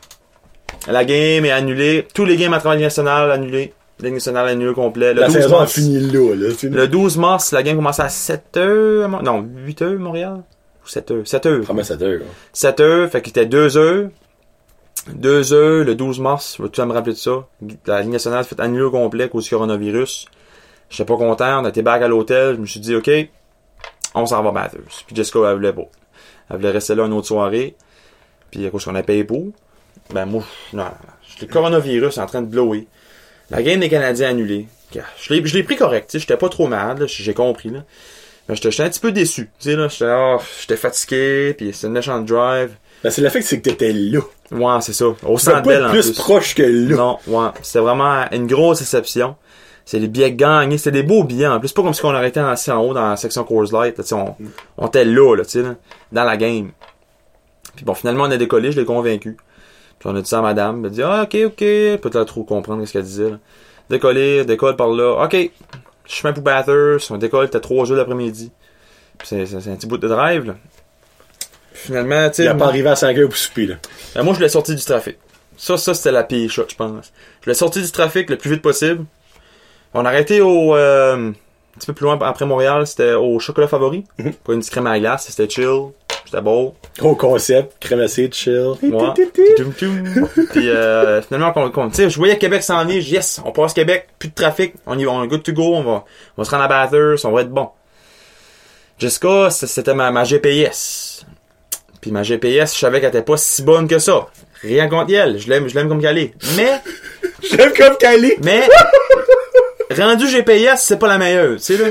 Tous les games à travers la Ligue nationale annulés. Ligue nationale annulée au complet. La saison a fini là. Le 12 mars, la game commençait à 7h. Non, 8h Montréal. Ou 7h. 7h. Vraiment 7h. 7h, fait qu'il était 2h. 2h, le 12 mars, je vais tout me rappeler de ça. La Ligue nationale s'est fait annuler au complet à cause du coronavirus. J'étais pas content, on était back à l'hôtel. Je me suis dit, OK, on s'en va Bathurst. Puis Jessica, elle voulait pas. Elle voulait rester là une autre soirée. Puis à cause qu'on a payé pour. Ben moi, non. Le coronavirus est en train de blower. La game des Canadiens annulée. Je l'ai pris correct, tu sais, j'étais pas trop mal, là, j'ai compris, là. Mais j'étais un petit peu déçu, tu sais, là, j'étais fatigué, pis c'est une méchante drive. Ben, c'est le fait que c'est que t'étais là. Ouais, c'est ça. Au Centre Bell, en plus proche que là. Non, ouais. C'était vraiment une grosse déception. C'est les billets gagnés, c'était des beaux billets, en plus. Pas comme si on aurait été assis en haut dans la section Coors Light, là, tu sais, on était là, tu sais, là, dans la game. Puis bon, finalement, on a décollé, je l'ai convaincu. Puis on a dit ça à madame, elle a dit, ok, peut-être trop comprendre ce qu'elle disait, là. Décolle par là, ok, chemin pour Bathurst, on décolle, t'as 3 jours l'après-midi. Puis c'est un petit bout de drive, là. Puis finalement, tu sais. Il a pas arrivé à 5 heures pour souper, là. Moi, je l'ai sorti du trafic. Ça, c'était la pire shot, je pense. Je l'ai sorti du trafic le plus vite possible. On a arrêté un petit peu plus loin après Montréal, c'était au Chocolat Favori. Pour une petite crème à la glace, c'était chill. C'était beau. Gros concept, crème glacée, chill. Ouais. Puis finalement, tu sais, je voyais Québec s'en aller, yes, on passe Québec, plus de trafic, on y va, on est good to go, on va se rendre à Bathurst, on va être bon. Jessica, c'était ma GPS. Puis ma GPS, je savais qu'elle était pas si bonne que ça. Rien contre elle, je l'aime comme qu'elle est. Mais, je l'aime comme qu'elle est. Mais, rendu GPS, c'est pas la meilleure, tu sais, là.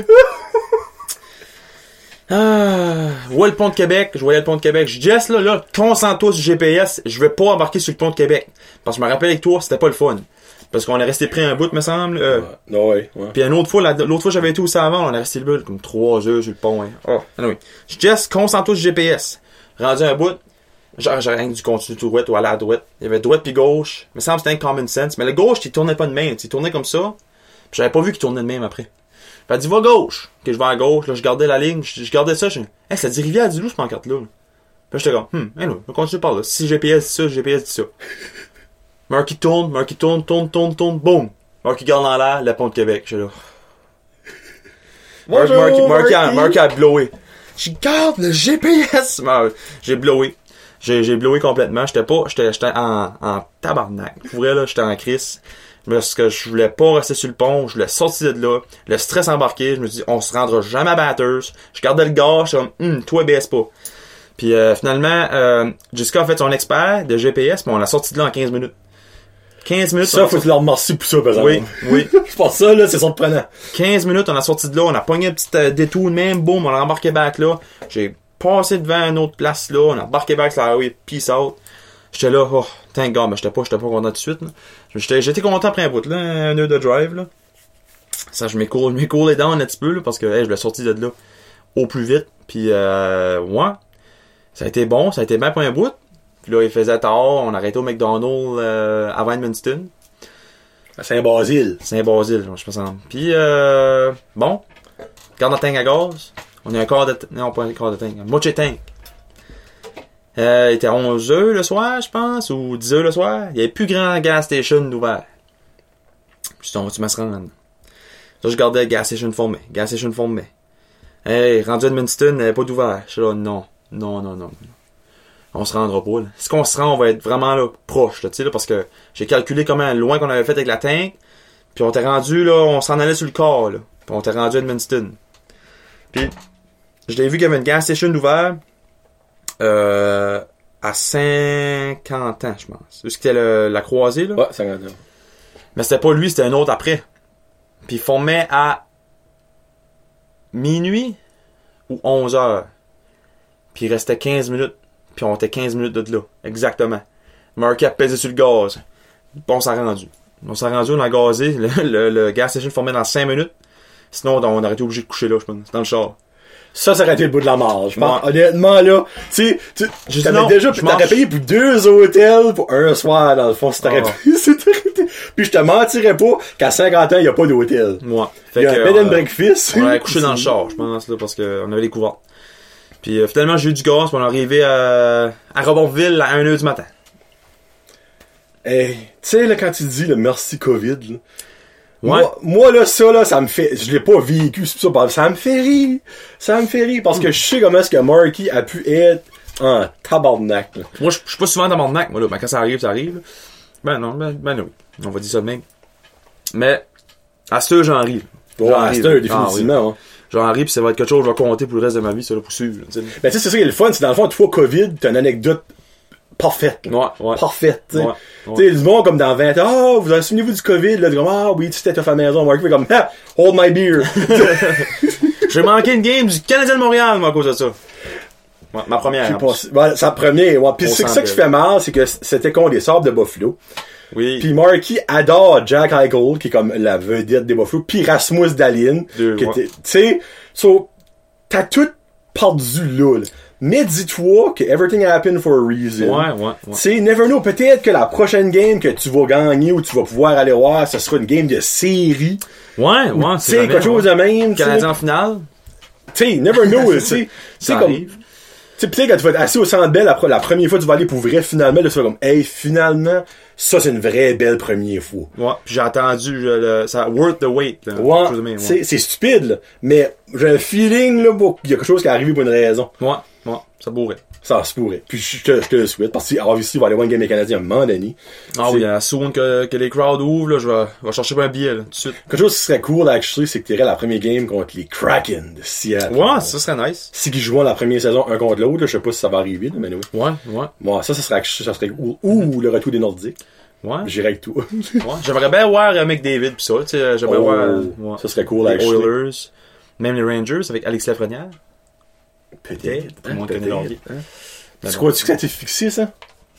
Je voyais le pont de Québec. Je dis, Jess, là, concentre-toi sur GPS. Je vais pas embarquer sur le pont de Québec. Parce que je me rappelle avec toi, c'était pas le fun. Parce qu'on est resté pris un bout, me semble. Ouais. Puis une autre fois, l'autre fois j'avais été aussi avant, on est resté là, comme 3 heures sur le pont, hein. Anyway. Je dis, Jess, concentre-toi sur GPS. Rendu un bout. J'ai rien du continu tout droite ou à la droite. Il y avait droite puis gauche. Me semble que c'était un common sense. Mais le gauche, il tournait pas de même. Il tournait comme ça. Puis j'avais pas vu qu'il tournait de même après. Fait elle dit, va gauche. Que je vais à gauche, là, je gardais la ligne, je gardais ça, ça dit Rivière-du-Loup, cette pancarte-là. Puis j'étais comme, anyway, on continue par là. Si GPS dit ça, GPS dit ça. Marky tourne, boum. Marky garde dans l'air, le pont de Québec. J'étais là. Marky a blowé. Je garde le GPS! J'ai blowé. J'ai blowé complètement. J'étais en tabarnak. Pour vrai, là, j'étais en crise. Parce que je voulais pas rester sur le pont, je voulais sortir de là, le stress embarqué, je me dis on se rendra jamais à Bathurst. Je gardais le gars, je suis comme toi baisse pas. Puis finalement, Jessica a fait son expert de GPS, mais on l'a sorti de là en 15 minutes. 15 minutes. Ça, faut que tu leur remercies pour ça, par exemple. Oui. Je pense ça, là, c'est surprenant. 15 minutes, on a sorti de là, on a pogné un petit détour de même, boum, on a embarqué back là. J'ai passé devant une autre place là, on a embarqué back sur la highway, peace out. J'étais là, oh, thank God, mais j'étais pas content tout de suite, là. J'étais content après un bout, là, un heure de drive, là. Ça, je m'écoule les dents un petit peu, là, parce que, je l'ai sorti de là au plus vite. Puis, ouais. Ça a été bon, ça a été bien pour un bout. Puis là, il faisait tard, on arrêtait au McDonald's, avant Edmundston. À Saint-Basile. Saint-Basile, je pense. Puis, bon. Garde de tank à gaz. On a un quart de tank. Non, pas un quart de tank. Un moitié tank. Il était 11h le soir, je pense, ou 10h le soir. Il n'y avait plus grand gas station ouvert. Puis, tu m'as se rendre. Là, je gardais gas station formé. Hey, rendu à Edmundston, il n'y avait pas d'ouvert. Je suis là, non. On se rendra pas, là. Si on se rend, on va être vraiment, là, proche, là, tu sais, là, parce que j'ai calculé comment loin qu'on avait fait avec la tank. Puis on t'est rendu, là, on s'en allait sur le corps, là. Puis on t'est rendu à Edmundston. Puis, je l'ai vu qu'il y avait une gas station ouverte, à 50 ans, je pense. C'était la croisée, là. Ouais, 50 ans. Mais c'était pas lui, c'était un autre après. Puis il formait à minuit ou 11h. Puis il restait 15 minutes. Puis on était 15 minutes de là. Exactement. Marky a pesé sur le gaz. Bon, on s'est rendu. On a gazé. Le gas station formait dans 5 minutes. Sinon, on aurait été obligé de coucher là, je pense. Dans le char. Ça aurait été le bout de la marge. Je pense, honnêtement, là, tu sais, t'aurais payé pour 2 hôtels pour un soir, dans le fond, si t'aurais payé. Puis je te mentirais pas qu'à 50 ans, il n'y a pas d'hôtel. Ouais. Il y a un bed and breakfast. On aurait couché dans le char, je pense, là, parce qu'on avait les couverts. Puis finalement, j'ai eu du gaz, puis on est arrivé à Robertville à 1h du matin. Hey, tu sais, là, quand tu dis le merci COVID, là. Ouais. Moi, là, ça, là, ça me fait, je l'ai pas vécu, c'est ça me fait rire. Ça me fait rire, parce que je sais comment est-ce que Marky a pu être en tabarnak, là. Moi, je suis pas souvent en tabarnak, moi, là. Ben, quand ça arrive, là. Ben non. On va dire ça de même. Mais, à ce j'en ris. Ouais, à ce définitivement, oui. J'en ris, pis ça va être quelque chose que je vais compter pour le reste de ma vie, ça, là, pour suivre, ben, tu sais, c'est ça qui est le fun, c'est dans le fond, toi, COVID, t'as une anecdote parfaite. Ouais. Parfaite, tu sais. Ouais. Tu sais, le monde, comme dans 20 ans, vous souvenez-vous du COVID, là, oui, tu t'es à la maison, Marky fait comme, hold my beer. J'ai manqué une game du Canadien de Montréal, moi, à cause de ça. Ouais, ma première. Sa première, ouais. Pis c'est ça qui fait mal, c'est que c'était contre les Sabres de Buffalo. Oui. Pis Marky adore Jack Eichel, qui est comme la vedette des Buffalo, pis Rasmus Dahlin. Tu sais, t'as tout perdu là. Mais dis-toi que everything happened for a reason. Ouais. Tu sais, never know. Peut-être que la prochaine game que tu vas gagner ou tu vas pouvoir aller voir, ce sera une game de série. Ouais, tu sais, quelque chose de même. Canadien en finale. Tu sais, never know, tu sais. Ça arrive. Tu sais, peut-être quand tu vas être assis au Centre Bell, la première fois que tu vas aller pour vrai, finalement, là, tu vas comme, hey, finalement, ça, c'est une vraie belle première fois. Ouais, pis j'ai entendu, ça, worth the wait, là. Ouais, c'est stupide, là. Mais, j'ai un feeling, là, qu'il y a quelque chose qui est arrivé pour une raison. Ouais, ça pourrait. Ça se pourrait. Puis, je te le souhaite, parce que, obviously, il va aller voir une game des Canadiens à un moment donné. Ah oui, à soon que les crowds ouvrent, là, je vais chercher un billet, là, tout de suite. Quelque chose qui serait cool, actually, c'est que t'irais la première game contre les Kraken de Seattle. Ouais, ça serait nice. Si qu'ils jouent la première saison un contre l'autre, là, je sais pas si ça va arriver, là, mais oui. Ouais. Bon, ça serait cool. Ou le retour des Nordiques. Ouais. J'irais avec toi. Ouais. J'aimerais bien voir McDavid pis ça, tu sais, j'aimerais voir, ouais. Ça serait cool, les Oilers. Même les Rangers avec Alex Lafrenière. Peut-être. Tout le monde connaît leur vie. Tu crois-tu que ça t'est fixé, ça?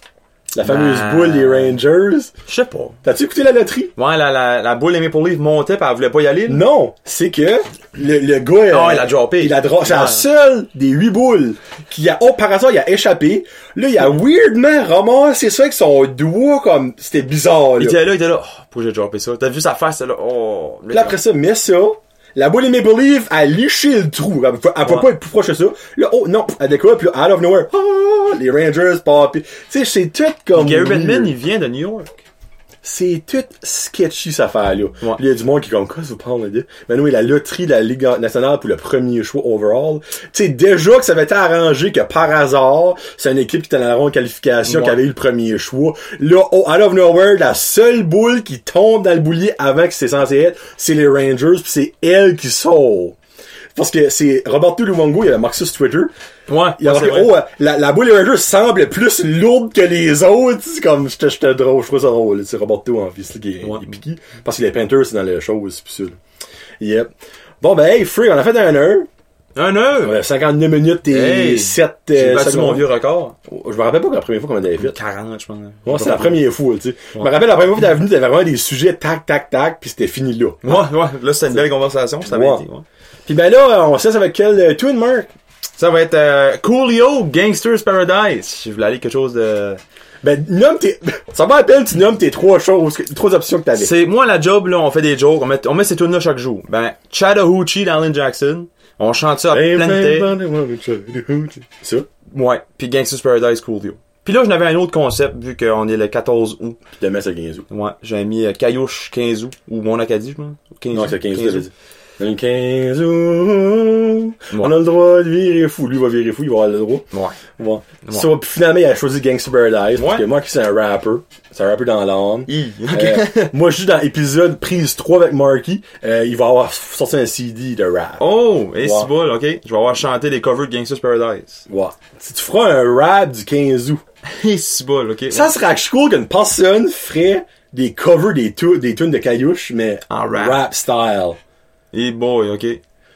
La fameuse boule des Rangers? Je sais pas. T'as-tu écouté la loterie? Ouais, la boule des Maple Leafs montait pis elle voulait pas y aller. Là. Non! C'est que le gars... Ah, il a droppé. C'est la seule des 8 boules qui a... Oh, par hasard, il a échappé. Là, il a weirdement ramassé ça avec son doigt comme... C'était bizarre, là. Il était là. Oh, pourquoi j'ai droppé ça? T'as vu sa face, là? Oh. Puis là, après ça, mets ça... La boule des Maple Leafs a liché le trou. Elle peut pas être plus proche que ça. Là, oh non, elle décolle, puis out of nowhere, les Rangers, tu sais, c'est tout comme... Gary Bettman, il vient de New York. C'est tout sketchy, cette affaire-là. Ouais. Il y a du monde qui est comme, quoi, vous parlez de? Mais non, la loterie de la Ligue nationale pour le premier choix overall. Tu sais, déjà que ça avait été arrangé que par hasard, c'est une équipe qui était dans la ronde de qualification qui avait eu le premier choix. Là, out of nowhere, la seule boule qui tombe dans le boulier avant que c'était censé être, c'est les Rangers, pis c'est elle qui sort. Parce que c'est Roberto Luongo, il avait marqué sur Twitter. Ouais. Il a marqué, la boule des Rangers semble plus lourde que les autres. C'est comme, j'étais drôle, je trouve ça drôle. C'est Roberto, en plus, qui est piqué. Parce que les Panthers, c'est dans les choses, pis ça. Yep. Bon, ben, hey, Free, on a fait un heure. 1 heure? 59 minutes et 7 J'ai battu secondes. mon vieux record. Je me rappelle pas la première fois qu'on avait fait. 40, je pense. Ouais, c'est la première fois, tu sais. Je me rappelle la première fois que t'avais venu, t'avais vraiment des sujets tac, tac, tac, pis c'était fini là. Ouais. Là, c'était une belle conversation. Ça avait été, ouais. Pis ben là, on sait ça avec quel twin, Mark? Ça va être Coolio, Gangster's Paradise. Si je voulais aller quelque chose de... Ben, nomme tes... Ça va à peine, tu nommes tes 3 choses, 3 options que t'avais. C'est, moi, la job, là, on fait des jokes, on met ces tunes là chaque jour. Ben, Chattahoochee d'Alan Jackson. On chante ça à plein de thé. Ça? Ouais. Puis Gangster's Paradise, Coolio. Puis là, j'en avais un autre concept, vu qu'on est le 14 août. Puis demain, c'est le 15 août. Ouais. J'avais mis Caillouche 15 août. Ou Mon Acadie, je pense. 15 Non, août. c'est le 15 août. Le 15 août, on a le droit de virer fou. Lui, il va virer fou, il va avoir le droit. Ouais. So, puis finalement, il a choisi Gangster Paradise. Parce que moi, qui c'est un rapper. C'est un rapper dans l'âme. Moi, je suis dans l'épisode prise 3 avec Marky. Il va avoir sorti un CD de rap. Oh, et c'est bon, ok. Je vais avoir chanté les covers de Gangster's Paradise. Ouais. Si tu feras un rap du 15 août. Et c'est bon, ok. Ça serait cool qu'une personne ferait des covers des tunes de Caillouche, mais en rap style. Et boy, ok.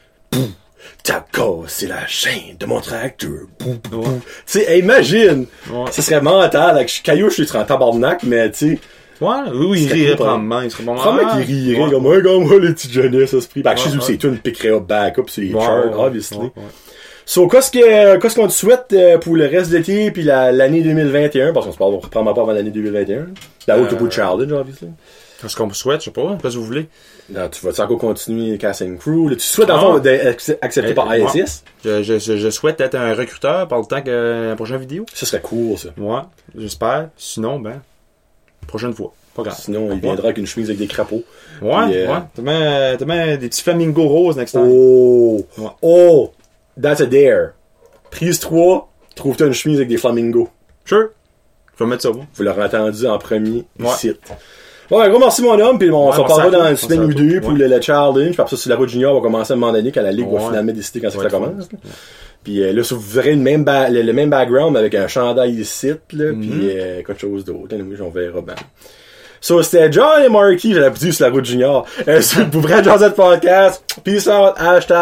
Ta cause, c'est la chaîne de mon tracteur. Tu sais, imagine. Ça serait mental. Avec Caillouche, il serait en tabarnak, mais tu sais. Ouais, oui, il rirait probablement. Il serait probablement qu'il rirait comme un gars, moi, les petites jeunesses, esprit. Fait que je sais où c'est tout, une piquerait up back up sur les charts, obviously. So, qu'est-ce qu'on te souhaite pour le reste de l'été puis l'année 2021? Parce qu'on se parle, on reprendra pas avant l'année 2021. La haute au bout de challenge, obviously. Qu'est-ce qu'on me souhaite, je sais pas, qu'est-ce que vous voulez? Là, tu vas encore continuer Casting Crew? Là, tu souhaites en fait accepté par ISS? Je souhaite être un recruteur par le temps que la prochaine vidéo. Ça serait cool, ça. Ouais, j'espère. Sinon, ben, prochaine fois. Pas grave. Sinon, il viendra avec une chemise avec des crapauds. Ouais, puis, ouais. T'as mis des petits flamingos roses next time. Oh, that's a dare. Prise 3, trouve-toi une chemise avec des flamingos. Sure. Je vais mettre ça, moi. Vous l'aurez entendu en premier ici. Bon, un gros merci mon homme, puis on s'en parlera dans une semaine ou deux pour le challenge, puis après ça, sur la route junior, on va commencer à un moment donné quand la ligue va finalement décider quand ça commence. Puis là, ça, vous verrez le même background avec un chandail ici, là, puis quelque chose d'autre. Anyway, on verra bien. So, c'était John et Marky, j'avais dit sur la route junior. Vous pourrez dans cette podcast. Peace out,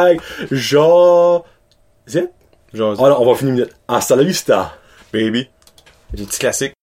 #Jazit. Alors, on va finir hasta la vista, baby. Des petits classiques.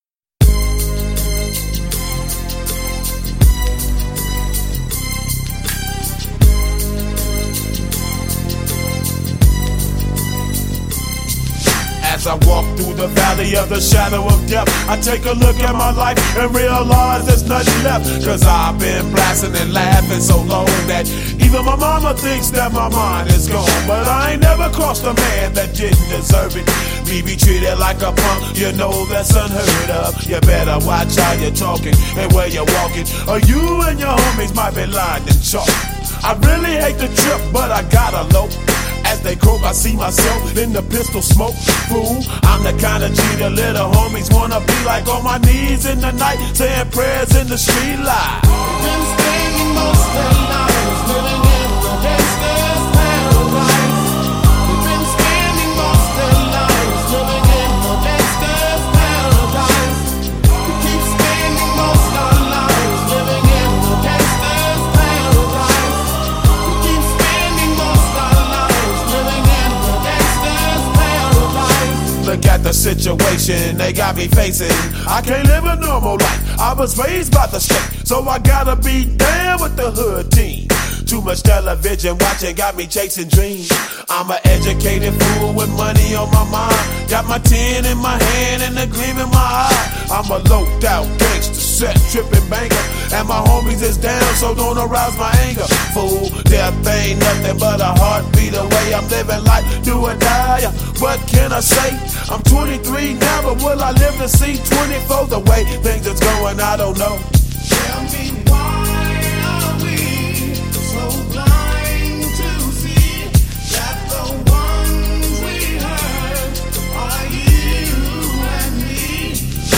As I walk through the valley of the shadow of death, I take a look at my life and realize there's nothing left. Cause I've been blasting and laughing so long that even my mama thinks that my mind is gone. But I ain't never crossed a man that didn't deserve it. Me be treated like a punk, you know that's unheard of. You better watch how you're talking and where you're walking, or you and your homies might be lined in chalk. I really hate the trip, but I gotta low. As they croak, I see myself in the pistol smoke. Fool, I'm the kind of G the little homies wanna be like, on my knees in the night, saying prayers in the street light. Been spending most of their lives living in the gangster's paradise. We've been spending most of their lives living in the gangster's paradise. We keep spending most of our lives living in the gangster's paradise. We keep spending most of our lives living in the gangster's paradise. Look at the situation they got me facing. I can't live a normal life. I was raised by the state, so I gotta be down with the hood team. Too much television watching got me chasing dreams. I'm an educated fool with money on my mind. Got my 10 in my hand and a gleam in my eye. I'm a loped out gangster, set tripping banker, and my homies is down, so don't arouse my anger. Fool, death ain't nothing but a heartbeat away. I'm living life, do or die. What can I say? I'm 23 now, but will I live to see 24? The way things is going, I don't know. Tell me why are we so blind to see that the ones we hurt are you and me?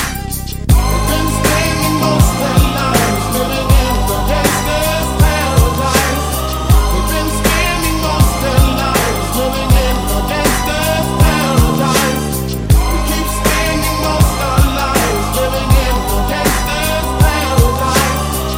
We've been spending most of our lives living in the gangster's paradise. We've been spending most of our lives living in the gangster's paradise. We keep spending most of our lives living in the gangster's paradise.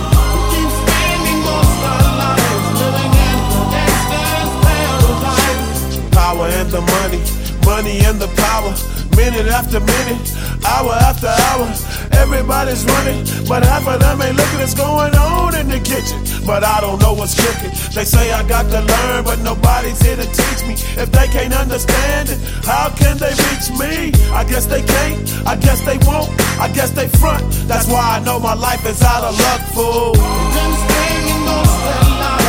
the power. Minute after minute, hour after hour, everybody's running, but half of them ain't looking what's going on in the kitchen. But I don't know what's cooking. They say I got to learn, but nobody's here to teach me. If they can't understand it, how can they reach me? I guess they can't, I guess they won't, I guess they front. That's why I know my life is out of luck, fool.